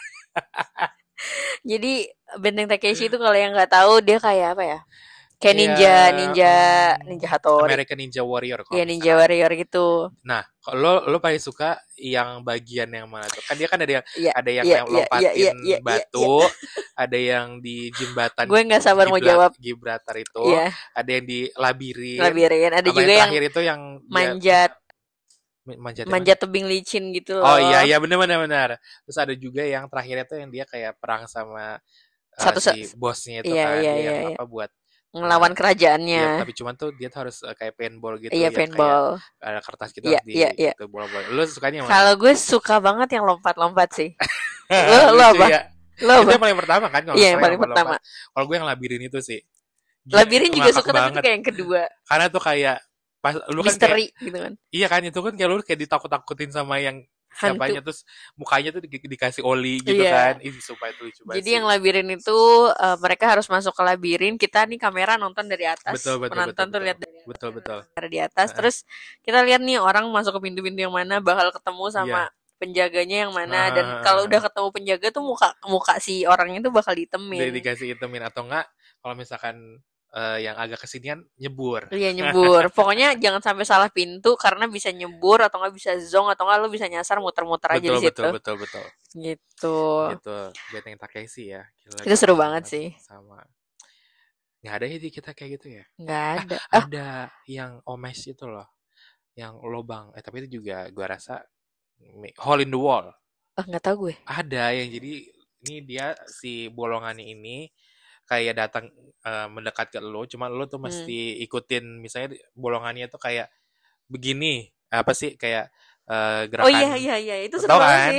Jadi Benteng Takeshi itu kalau yang nggak tahu dia kayak apa ya? Kayak Iya, ninja, ninja, hmm, ninja Hattori. American Ninja Warrior kalau Iya, nggak Ninja salah. Warrior gitu. Nah, kalau lo lo paling suka yang bagian yang mana tuh? Kan dia kan ada yang Iya, ada yang iya, yang iya, iya, lompatin iya, iya, batu, ada yang di jembatan Gue nggak sabar mau Gibrat, jawab. Gibraltar itu, Iya, ada yang di labirin, labirin. Ada sama juga yang yang terakhir itu yang dia manjat Manjat yang mana? Manjat tebing licin gitu Oh loh. iya iya benar benar benar. Terus ada juga yang terakhirnya tuh yang dia kayak perang sama uh, Satu si bosnya itu iya kan, iya dia iya yang iya. apa buat uh, Ngelawan kerajaannya. ya tapi cuman tuh dia tuh harus uh, kayak paintball gitu, Iya, yang kayak paintball. ada kertas gitu Iya harus iya di iya. itu bola-bola. Lu sukanya yang mana? Kalau gue suka banget yang lompat-lompat sih. Lo lo Lucu apa? ya. Lo Itu apa? yang paling pertama kan kalau nggak Iya, yang salah yang paling pertama. lompat-lompat. Kalau gue yang labirin itu sih. Gila, Labirin itu juga ngakak suka tapi banget. kayak yang kedua. Karena tuh kayak pas lu kan kayak Misteri gitu kan. iya kan itu kan kayak lu kayak ditakut-takutin sama yang Hantu. siapanya, terus mukanya tuh di- dikasih oli gitu Iya. kan. Ini supaya itu lucu banget Jadi sih. yang labirin itu uh, mereka harus masuk ke labirin. Kita nih kamera nonton dari atas. Betul betul Penonton betul tuh betul. lihat dari Betul betul. dari di atas. Heeh. Terus kita lihat nih orang masuk ke pintu-pintu yang mana, bakal ketemu sama Iya. penjaganya yang mana. Dan Heeh. kalau udah ketemu penjaga tuh muka muka si orangnya tuh bakal Dia ditemin. dikasih itemin atau enggak kalau misalkan eh, yang agak kesinian nyebur. Iya nyebur. Pokoknya jangan sampai salah pintu karena bisa nyebur atau nggak bisa zong atau nggak lo bisa nyasar muter-muter aja Betul di situ. betul betul betul. Gitu. Gitu. Benteng Takeshi ya. Gila, Itu gue seru suka banget sih. sama. Nggak ada ya di kita kayak gitu ya. Nggak Ah, ada. Ah, ada yang omes itu loh, yang lobang. Eh tapi itu juga gua rasa mi- hole in the wall. ah, nggak tahu gue. Ada yang jadi ini dia si bolongannya ini kayak datang eh, mendekat ke lo, cuma lo tuh Hmm. mesti ikutin misalnya bolongannya tuh kayak begini, apa sih kayak eh, Oh iya gerakan, iya iya itu seru tahu banget kan? sih.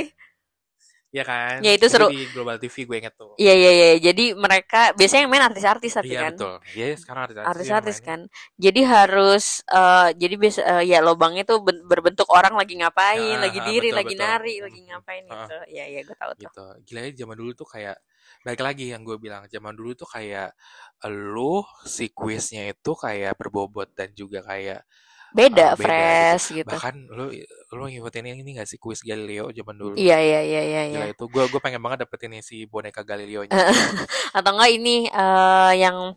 Ya kan? Ya itu Itu seru. di Global T V gue inget tuh. Iya iya iya. Jadi mereka biasanya yang main artis-artis tapi Iya kan. betul. Iya sekarang artis-artis yang Artis-artis main. kan. Jadi harus eh jadi biasa eh, ya lobangnya tuh ben- berbentuk orang lagi ngapain, Ya, lagi ah, diri, betul lagi betul. nari, Mm, lagi mm, ngapain ah, gitu. Iya iya gue tahu tuh. gitu. Gila ya zaman dulu tuh kayak balik lagi yang gue bilang zaman dulu tuh kayak lu si kuisnya itu kayak berbobot dan juga kayak Beda, uh, beda gitu. fresh gitu. Bahkan lu lu ngikutin yang ini gak sih kuis Galileo zaman dulu? Iya iya iya iya iya. Gila itu gue gue pengen banget dapetin yang si boneka Galileo-nya. Atau enggak ini eh yang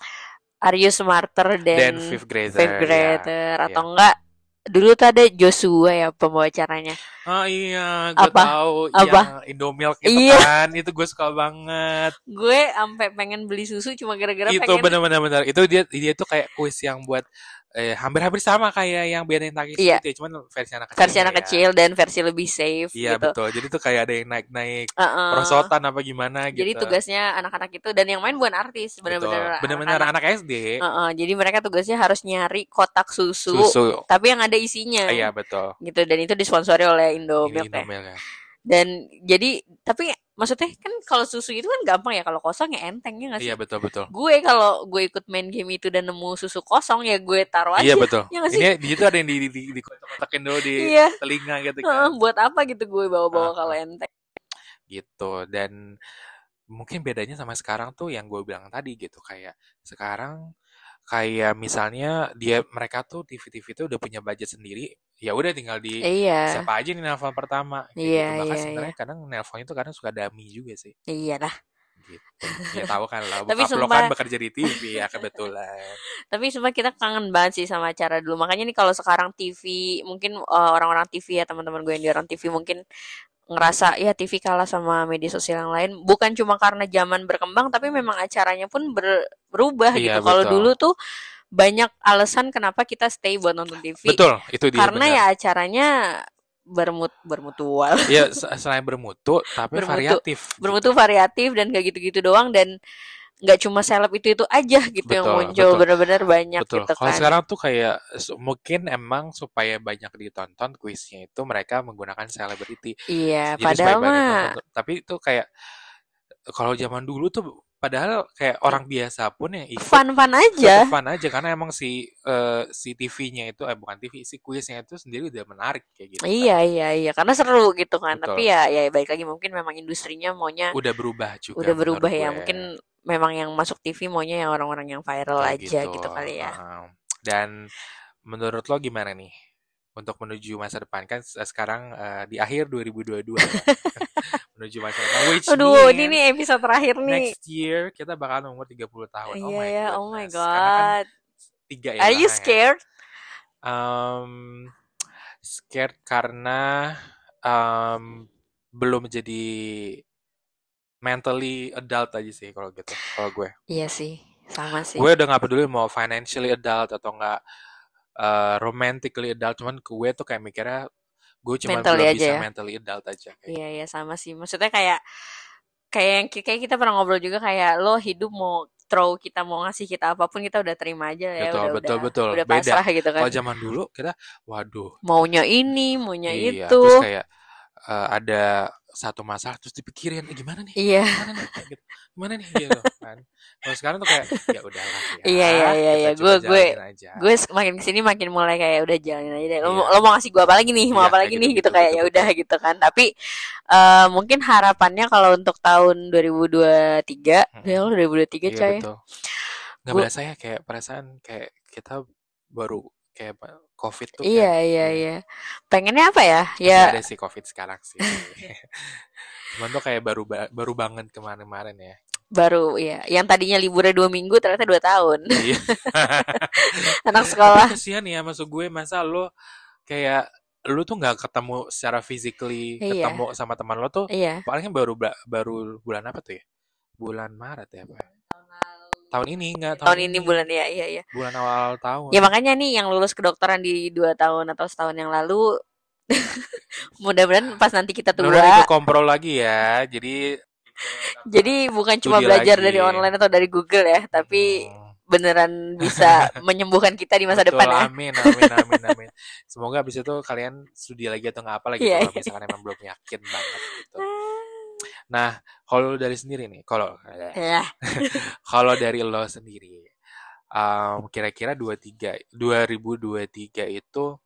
Are You Smarter Dan than fifth grader, Fifth ya, Grader ya. atau enggak dulu tuh ada Joshua ya pembawa acaranya. Oh iya, gue Apa? tahu Apa? yang Indomilk itu Iya. kan, itu gue suka banget. Gue sampai pengen beli susu cuma gara-gara Itu pengen. benar-benar benar. Itu dia dia tuh kayak kuis yang buat eh, hampir-hampir sama kayak yang Benteng Takeshi Iya. gitu ya, cuman versi anak kecil. Versi anak ya. kecil dan versi lebih safe Iya gitu. betul. Jadi tuh kayak ada yang naik-naik Uh-uh. perosotan apa gimana gitu. Jadi tugasnya anak-anak itu dan yang main bukan artis, betul. benar-benar Benar-benar anak-anak. anak S D. Uh-uh. Jadi mereka tugasnya harus nyari kotak susu, Susu. tapi yang ada isinya. Iya betul. Gitu dan itu disponsori oleh Ini Indomilk ya. Indomilk kan. Dan jadi tapi maksudnya kan kalau susu itu kan gampang ya, kalau kosong ya enteng ya nggak sih? Iya betul betul. Gue kalau gue ikut main game itu dan nemu susu kosong ya gue taruh aja. Iya betul. Ya nggak sih? Ini di situ ada yang di di, di, di kotak-kotakin dulu di Iya. telinga gitu Heeh, kan. buat apa gitu gue bawa-bawa Uh-uh. kalau enteng. Gitu. Dan mungkin bedanya sama sekarang tuh yang gue bilang tadi gitu, kayak sekarang kayak misalnya dia mereka tuh T V-T V tuh udah punya budget sendiri, ya udah tinggal di Iya. siapa aja nih nelpon pertama kayak Iya, gitu. Bahkan iya, sebenarnya kadang nelpon itu kadang suka dummy juga sih Iya lah. gitu. Ya tahu kan lah, Tapi bokap lo sumpah- kan bekerja di T V ya kebetulan. Tapi semua kita kangen banget sih sama acara dulu. Makanya nih kalau sekarang T V, mungkin uh, orang-orang T V ya, teman-teman gue yang di orang T V mungkin ngerasa ya T V kalah sama media sosial yang lain. Bukan cuma karena zaman berkembang, tapi memang acaranya pun ber- berubah Iya, gitu. Kalau betul. dulu tuh banyak alasan kenapa kita stay buat nonton T V. Betul, itu dia Karena benar. ya acaranya bermut bermutual, Ya se- selain bermutu tapi Bermutu. variatif. bermutu variatif dan gak gitu-gitu doang dan nggak cuma seleb itu itu aja gitu yang Betul, muncul, betul. benar-benar banyak Betul. gitu Kalau kan. sekarang tuh kayak su- mungkin emang supaya banyak ditonton kuisnya itu mereka menggunakan selebriti. Iya, Jadi supaya padahal banyak mah nonton. Tapi itu kayak kalau zaman dulu tuh padahal kayak orang biasa pun yang ikut fun-fun tetap aja. fun aja karena emang si eh, si T V-nya itu eh bukan T V, si kuisnya itu sendiri udah menarik kayak gitu. kan. Iya, iya, iya, karena seru gitu kan. Betul. Tapi ya, ya balik lagi mungkin memang industrinya maunya Udah berubah juga. udah berubah menurut ya. gue. Mungkin memang yang masuk T V maunya yang orang-orang yang viral Kayak aja gitu kali ya. Heeh. Dan menurut lo gimana nih untuk menuju masa depan kan se- sekarang eh, di akhir dua ribu dua puluh dua ya. Menuju masa depan which Aduh, ini means nih episode terakhir nih. next year kita bakal umur tiga puluh tahun. Oh Iya my ya, oh my goodness. Karena kan god. tiga ya Are you belakangnya. scared? Um, scared karena um, belum jadi mentally adult aja sih kalau gitu. Kalau gue, Iya sih, sama sih. gue udah nggak peduli mau financially adult atau nggak uh, romantically adult, cuman gue tuh kayak mikirnya gue cuma mentally belum aja bisa ya. mentally adult aja kayak Iya gitu. iya sama sih. Maksudnya kayak kayak yang kayak kita pernah ngobrol juga kayak lo hidup mau throw kita mau ngasih kita apapun kita udah terima aja ya Betul, udah betul, udah betul. udah Beda. pasrah gitu kan. Kalau zaman dulu kita, waduh, Maunya ini, maunya iya. itu. Terus kayak eh, ada satu masalah terus dipikirin, eh, gimana nih, Iya. gimana nih, kayak gitu, gimana nih gitu kan. Kalau sekarang tuh kayak ya udahlah ya, Iya iya iya kita iya. coba Gue gue jalanin aja. gue makin kesini makin mulai kayak udah jalanin aja deh. Lo, mau- Iya, lo mau ngasih gue apa lagi nih? Mau iya apa kayak lagi gitu nih? Gitu gitu, kayak betul ya udah betul. gitu kan. Tapi eh, mungkin harapannya kalau untuk tahun dua ribu dua puluh tiga, ya Mm-mm. lo dua ribu dua puluh tiga Iya coy. betul. Nggak Gue berasa ya kayak perasaan kayak kita baru kayak apa, COVID tuh iya kayak iya iya. iya. Pengennya apa ya? Masih Ya ada sih COVID sekarang sih. Cuman tuh kayak baru ba- baru banget kemarin-kemarin ya. baru ya. Yang tadinya liburnya dua minggu ternyata dua tahun. Iya. Anak Tapi sekolah. kesian ya, maksud gue masa lo kayak lu tuh nggak ketemu secara physically, Iya ketemu sama teman lo tuh iya. palingnya baru ba- baru bulan apa tuh ya? Bulan Maret ya apa? Tahun ini nggak tahun Tahun ini ini, bulan ya iya iya. bulan awal tahun. Ya makanya nih yang lulus kedokteran di dua tahun atau setahun yang lalu mudah-mudahan pas nanti kita Mudah-mudahan tua ikut komprol lagi ya. Jadi jadi bukan cuma studi belajar lagi. dari online atau dari Google ya, tapi Mm-mm. beneran bisa menyembuhkan kita di masa Betul, depan ya. amin, amin, amin, amin. Semoga abis itu kalian studi lagi atau nggak apa lagi Iya. tuh, kalau misalkan emang belum yakin banget gitu. Nah, kalau dari sendiri nih, kalau Ya, kalau dari lo sendiri, um, kira-kira dua tiga dua ribu dua tiga itu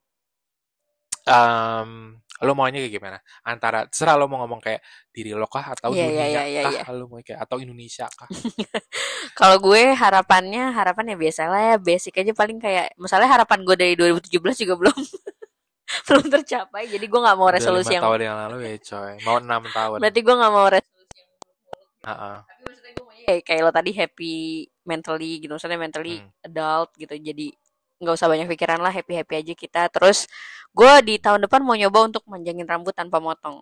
um, lo maunya kayak gimana? Antara terserah lo mau ngomong kayak diri lo kah atau iya iya dunia iya iya kah? iya. Lo mau kayak atau Indonesia kah? Kalau gue harapannya harapannya biasa lah ya, basic aja paling kayak misalnya harapan gue dari dua ribu tujuh belas juga belum belum tercapai. Jadi gue nggak mau Udah lima resolusi yang tahun yang lalu ya coy, mau enam tahun. berarti gue nggak mau resolusi yang Uh-uh. tapi maksudnya gue maunya kayak, kayak lo tadi happy mentally gitu, maksudnya mentally Hmm. adult gitu. Jadi nggak usah banyak pikiran lah, happy happy aja kita. Terus gue di tahun depan mau nyoba untuk manjangin rambut tanpa motong.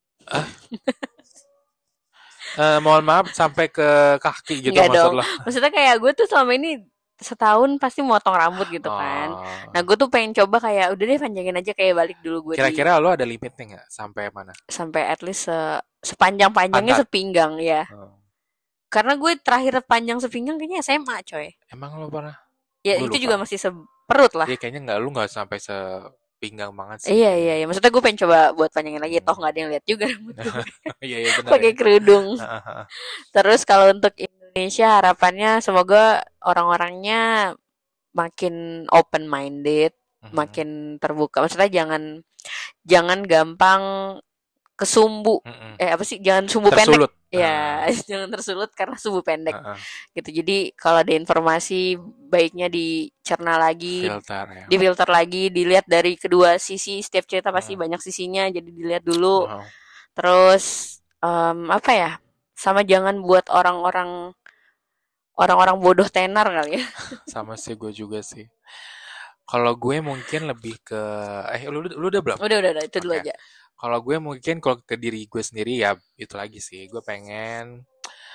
Eh, mohon maaf sampai ke kaki gitu Enggak maksud dong. lo? Maksudnya kayak gue tuh selama ini setahun pasti motong rambut gitu kan. Nah Oh. gue tuh pengen coba kayak udah deh panjangin aja kayak balik dulu gue di Kira-kira lo ada limitnya nggak sampai mana? sampai at least se- sepanjang-panjangnya Pantat. sepinggang ya. Oh. Karena gue terakhir panjang sepinggang kayaknya S M A coy. Emang lo pernah? Ya Gue itu lupa. juga masih seperut lah. Iya kayaknya nggak, lu nggak sampai sepinggang banget sih. Iya iya iya. Maksudnya gue pengen coba buat panjangin lagi. Hmm. Toh nggak ada yang lihat juga rambut gue. Iya iya benar Pakai ya. kerudung. Heeh. Terus kalau untuk Indonesia harapannya semoga orang-orangnya makin open minded, Mhm. makin terbuka. Maksudnya jangan jangan gampang kesumbu. Mm-mm. Eh apa sih? Jangan sumbu pendek. Tersulut. Ya, Ah, jangan tersulut karena sumbu pendek heeh. gitu. Jadi kalau ada informasi baiknya dicerna lagi, Filter ya. difilter lagi, dilihat dari kedua sisi. Setiap cerita pasti Hmm. banyak sisinya, jadi dilihat dulu. Wow. Terus em, apa ya? Sama jangan buat orang-orang orang-orang bodoh tenar kali ya. Sama sih gue juga sih. Kalau gue mungkin lebih ke eh lu lu udah belum? Udah udah, udah itu dulu Oke. aja. Kalau gue mungkin kalau ke diri gue sendiri ya itu lagi sih. Gue pengen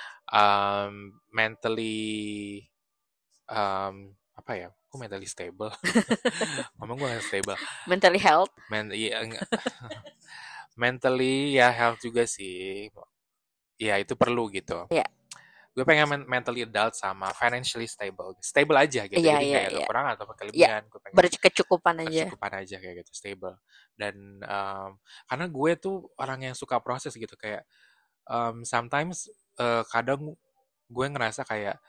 um, mentally um, apa ya? Gue mentally stable. Ngomong gue nggak stable. Mentally health. Men iya, enggak. Mentally ya health juga sih. Ya itu perlu gitu. Iya. Gue pengen men- mentally adult sama financially stable. Stable aja gitu. Iya Jadi iya nggak ada iya. kekurangan atau kelebihan. Gue pengen Berkecukupan aja. kecukupan aja kayak gitu, stable. Dan um, karena gue tuh orang yang suka proses gitu kayak um, sometimes uh, kadang gue ngerasa kayak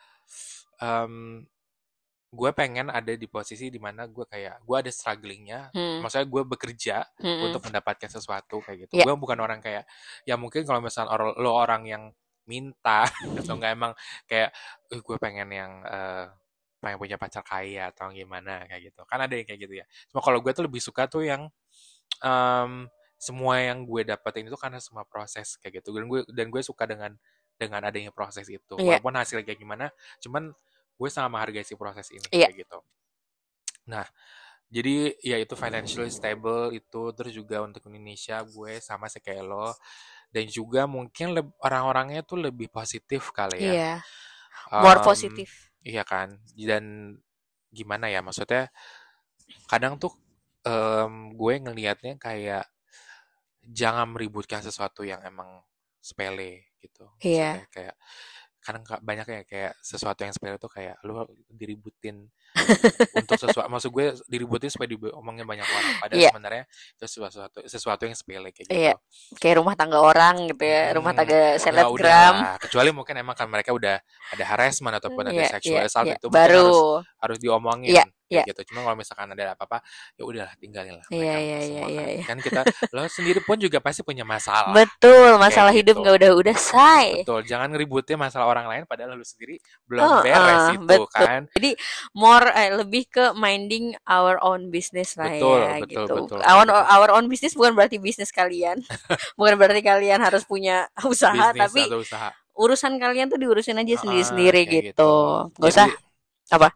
um, gue pengen ada di posisi dimana gue kayak gue ada strugglingnya, Hmm. maksudnya gue bekerja Hmm. untuk mendapatkan sesuatu kayak gitu. Iya. Gue bukan orang kayak ya mungkin kalau misalnya or- lo orang yang minta atau enggak emang kayak "Eh, gue pengen yang eh, pengen punya pacar kaya atau gimana kayak gitu kan ada yang kayak gitu ya. Cuma kalau gue tuh lebih suka tuh yang em, semua yang gue dapetin itu karena semua proses kayak gitu dan gue dan gue suka dengan dengan adanya proses itu Iya. walaupun hasilnya kayak gimana cuman gue sangat menghargai si proses ini Iya. kayak gitu. Nah jadi ya itu financially stable itu, terus juga untuk Indonesia gue sama sih kayak lo, dan juga mungkin leb- orang-orangnya tuh lebih positif kali ya. Iya. More Em, positif. Iya kan, dan gimana ya maksudnya kadang tuh em, gue ngelihatnya kayak jangan meributkan sesuatu yang emang sepele gitu. Iya. Maksudnya kayak kadang ka- banyak ya kayak sesuatu yang sepele tuh kayak lu diributin untuk sesuatu, maksud gue diributin supaya diomongin banyak orang, padahal Iya, sebenarnya itu sesuatu sesuatu yang sepele kayak iya. gitu. Kayak rumah tangga orang gitu ya, rumah Mm-mm. tangga Ya selebgram. udahlah, kecuali mungkin emang kan mereka udah ada harassment ataupun ada Iya, iya, sexual assault, iya. itu mungkin Baru. harus harus diomongin Iya, iya. kayak gitu. Cuma kalau misalkan ada apa-apa, ya udahlah tinggalin lah, Iya, mereka iya, iya, semua iya, kan iya. kan kita lo sendiri pun juga pasti punya masalah Betul, kayak masalah hidup gitu. nggak udah-udah say. Betul, jangan ngeributin masalah orang lain padahal lu sendiri Oh, belum beres eh, itu betul. kan. Jadi more eh, lebih ke minding our own business lah Betul, ya betul, gitu. betul kayak Our gitu. our own business bukan berarti bisnis kalian, bukan berarti kalian harus punya usaha, Bisnis tapi atau usaha. urusan kalian tuh diurusin aja Heeh, sendiri-sendiri kayak gitu. gitu. Gak Jadi usah apa?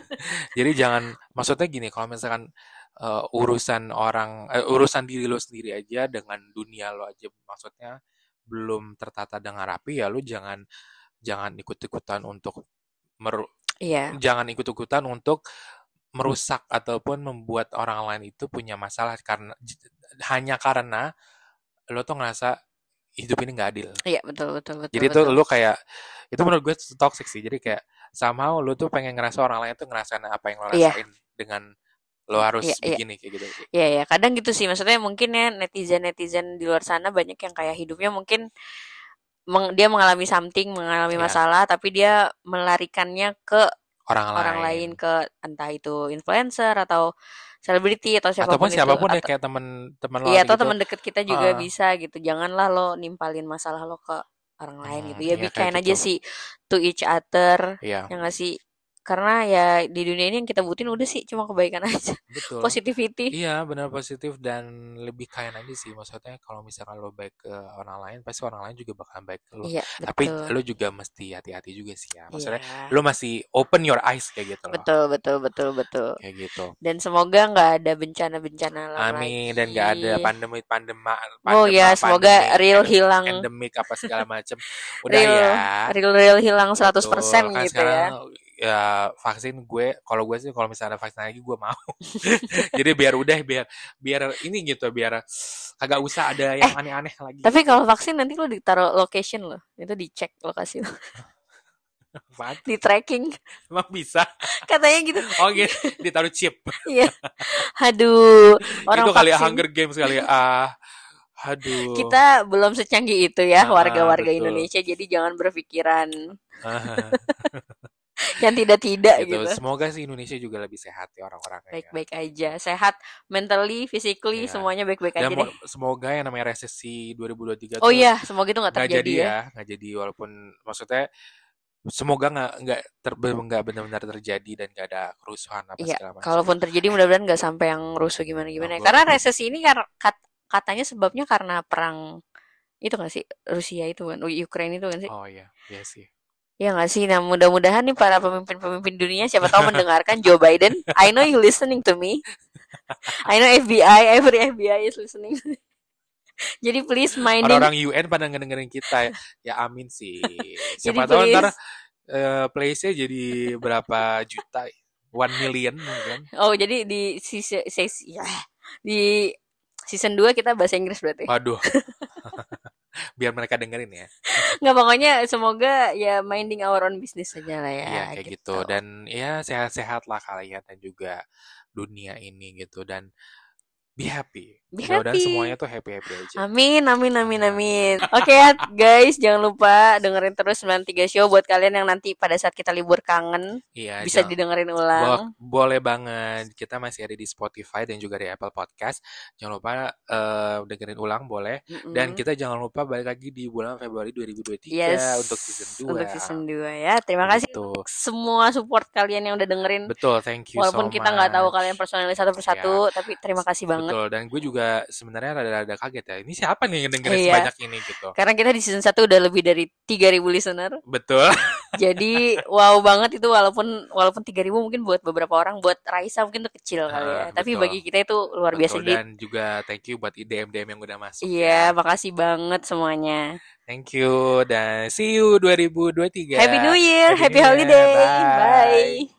jadi jangan, maksudnya gini, kalau misalkan eh, urusan orang eh, urusan diri lo sendiri aja dengan dunia lo aja maksudnya belum tertata dengan rapi, ya lu jangan jangan ikut-ikutan untuk meru- Iya, jangan ikut-ikutan untuk merusak ataupun membuat orang lain itu punya masalah karena j- hanya karena lo tuh ngerasa hidup ini nggak adil. iya betul betul betul Jadi tuh betul. lo kayak itu menurut gue toxic sih. Jadi kayak somehow lo tuh pengen ngerasa orang lain tuh ngerasain apa yang lo Iya, rasain dengan lo iya, harus iya. begini kayak gitu. Iya ya, kadang gitu sih. Maksudnya mungkin ya netizen-netizen di luar sana banyak yang kayak hidupnya mungkin meng- dia mengalami something, mengalami Ya, masalah, tapi dia melarikannya ke orang orang lain lain, ke entah itu influencer atau selebriti atau ataupun siapapun itu, siapapun ya atau kayak teman-teman lo iya atau gitu. teman deket kita juga Heeh, bisa gitu. Janganlah lo nimpalin masalah lo ke orang lain hmm, gitu. Ya iya be kayak kind gitu. aja sih to each other, Iya, yang nggak sih? Karena ya di dunia ini yang kita butuhin udah sih cuma kebaikan aja, betul. positivity. Iya, benar positif dan lebih kain aja sih. Maksudnya kalau misalkan lo baik ke orang lain, pasti orang lain juga bakal baik ke lo. Iya Tapi betul. lo juga mesti hati-hati juga sih ya. Maksudnya Iya. lo masih open your eyes kayak gitu loh. Betul, betul, betul, betul. Kayak gitu. Dan semoga nggak ada bencana-bencana alam Amin, dan lagi. gak ada pandemi pandema Oh pandema ya, semoga pandemik real endem- hilang, endemik apa segala macam. Udah real, ya. real, real hilang seratus persen Betul, kan gitu sekarang ya. ya vaksin gue, kalau gue sih kalau misalnya ada vaksin lagi gue mau. Jadi biar udah biar biar ini gitu, biar kagak usah ada yang Eh, aneh-aneh lagi tapi gitu. kalau vaksin nanti lo ditaruh location lo, itu dicek lokasi lo, Apaan? di tracking, Emang bisa? katanya gitu. Oh gitu, ditaruh chip. Iya, aduh, orang Itu kali ya vaksin. Hunger Games kali ya. Ah, aduh. Kita belum secanggih itu ya, Ah, ah, warga-warga betul. Indonesia. Jadi jangan berpikiran Ah, yang tidak-tidak gitu. gitu. Semoga sih Indonesia juga lebih sehat ya orang-orangnya. Baik-baik aja, sehat, mentally, physically, Iya. semuanya baik-baik Dan aja mo- deh. semoga yang namanya resesi dua ribu dua puluh tiga Oh tuh iya, semoga itu nggak nggak terjadi jadi ya. ya, nggak jadi walaupun maksudnya semoga nggak nggak ter, nggak benar-benar terjadi dan nggak ada kerusuhan apa Iya, segala macam. kalaupun terjadi mudah-mudahan nggak sampai yang rusuh gimana-gimana. Oh, Ya. Karena betul. resesi ini kar- kat- katanya sebabnya karena perang itu nggak sih, Rusia itu kan, Ukraine itu kan sih. Oh iya, iya sih. Ya nggak sih. Nah mudah-mudahan nih para pemimpin-pemimpin dunia siapa tahu mendengarkan Joe Biden. I know you listening to me. I know F B I, every F B I is listening. Jadi please minding. Orang-orang U N pada ngedengerin kita ya, ya amin sih. Jadi Siapa tahu ntar please. eh, place-nya jadi berapa juta, one million mungkin. Oh jadi di season, ya, di season dua kita bahasa Inggris berarti. Waduh, biar mereka dengerin ya. Nggak, pokoknya semoga ya minding our own business aja lah ya. Iya kayak gitu. gitu. Dan ya sehat-sehat lah kalian dan juga dunia ini gitu, dan be happy. Be Mudah-mudahan happy. semuanya tuh happy-happy aja. Amin, amin, amin, amin. Oke ya guys, jangan lupa dengerin terus sembilan puluh tiga Show buat kalian yang nanti pada saat kita libur kangen Iya, bisa jangan- didengerin Bo- ulang. boleh banget. Kita masih ada di Spotify dan juga di Apple Podcast. Jangan lupa eh, dengerin ulang boleh. Mm-mm. Dan kita jangan lupa balik lagi di bulan Februari dua ribu dua puluh tiga Yes, untuk season dua. untuk season dua ya. Terima kasih Gitu. untuk semua support kalian yang udah dengerin. Betul, thank you Walaupun so kita nggak tahu much. kalian personalnya satu persatu, tapi terima kasih banget. Betul, dan gue juga sebenarnya rada-rada kaget ya. Ini siapa nih yang dengerin Iya. sebanyak ini gitu. Karena kita di season satu udah lebih dari tiga ribu listener. Betul. Jadi wow banget itu, walaupun walaupun tiga ribu mungkin buat beberapa orang, buat Raisa mungkin tuh kecil kali ya. Ah, Tapi betul. bagi kita itu luar biasa. Betul, Jadi dan juga thank you buat D M D M yang udah masuk. iya, ya. makasih banget semuanya. Thank you dan see you dua ribu dua puluh tiga. Happy New Year, Happy happy New Year. holiday. Bye. Bye.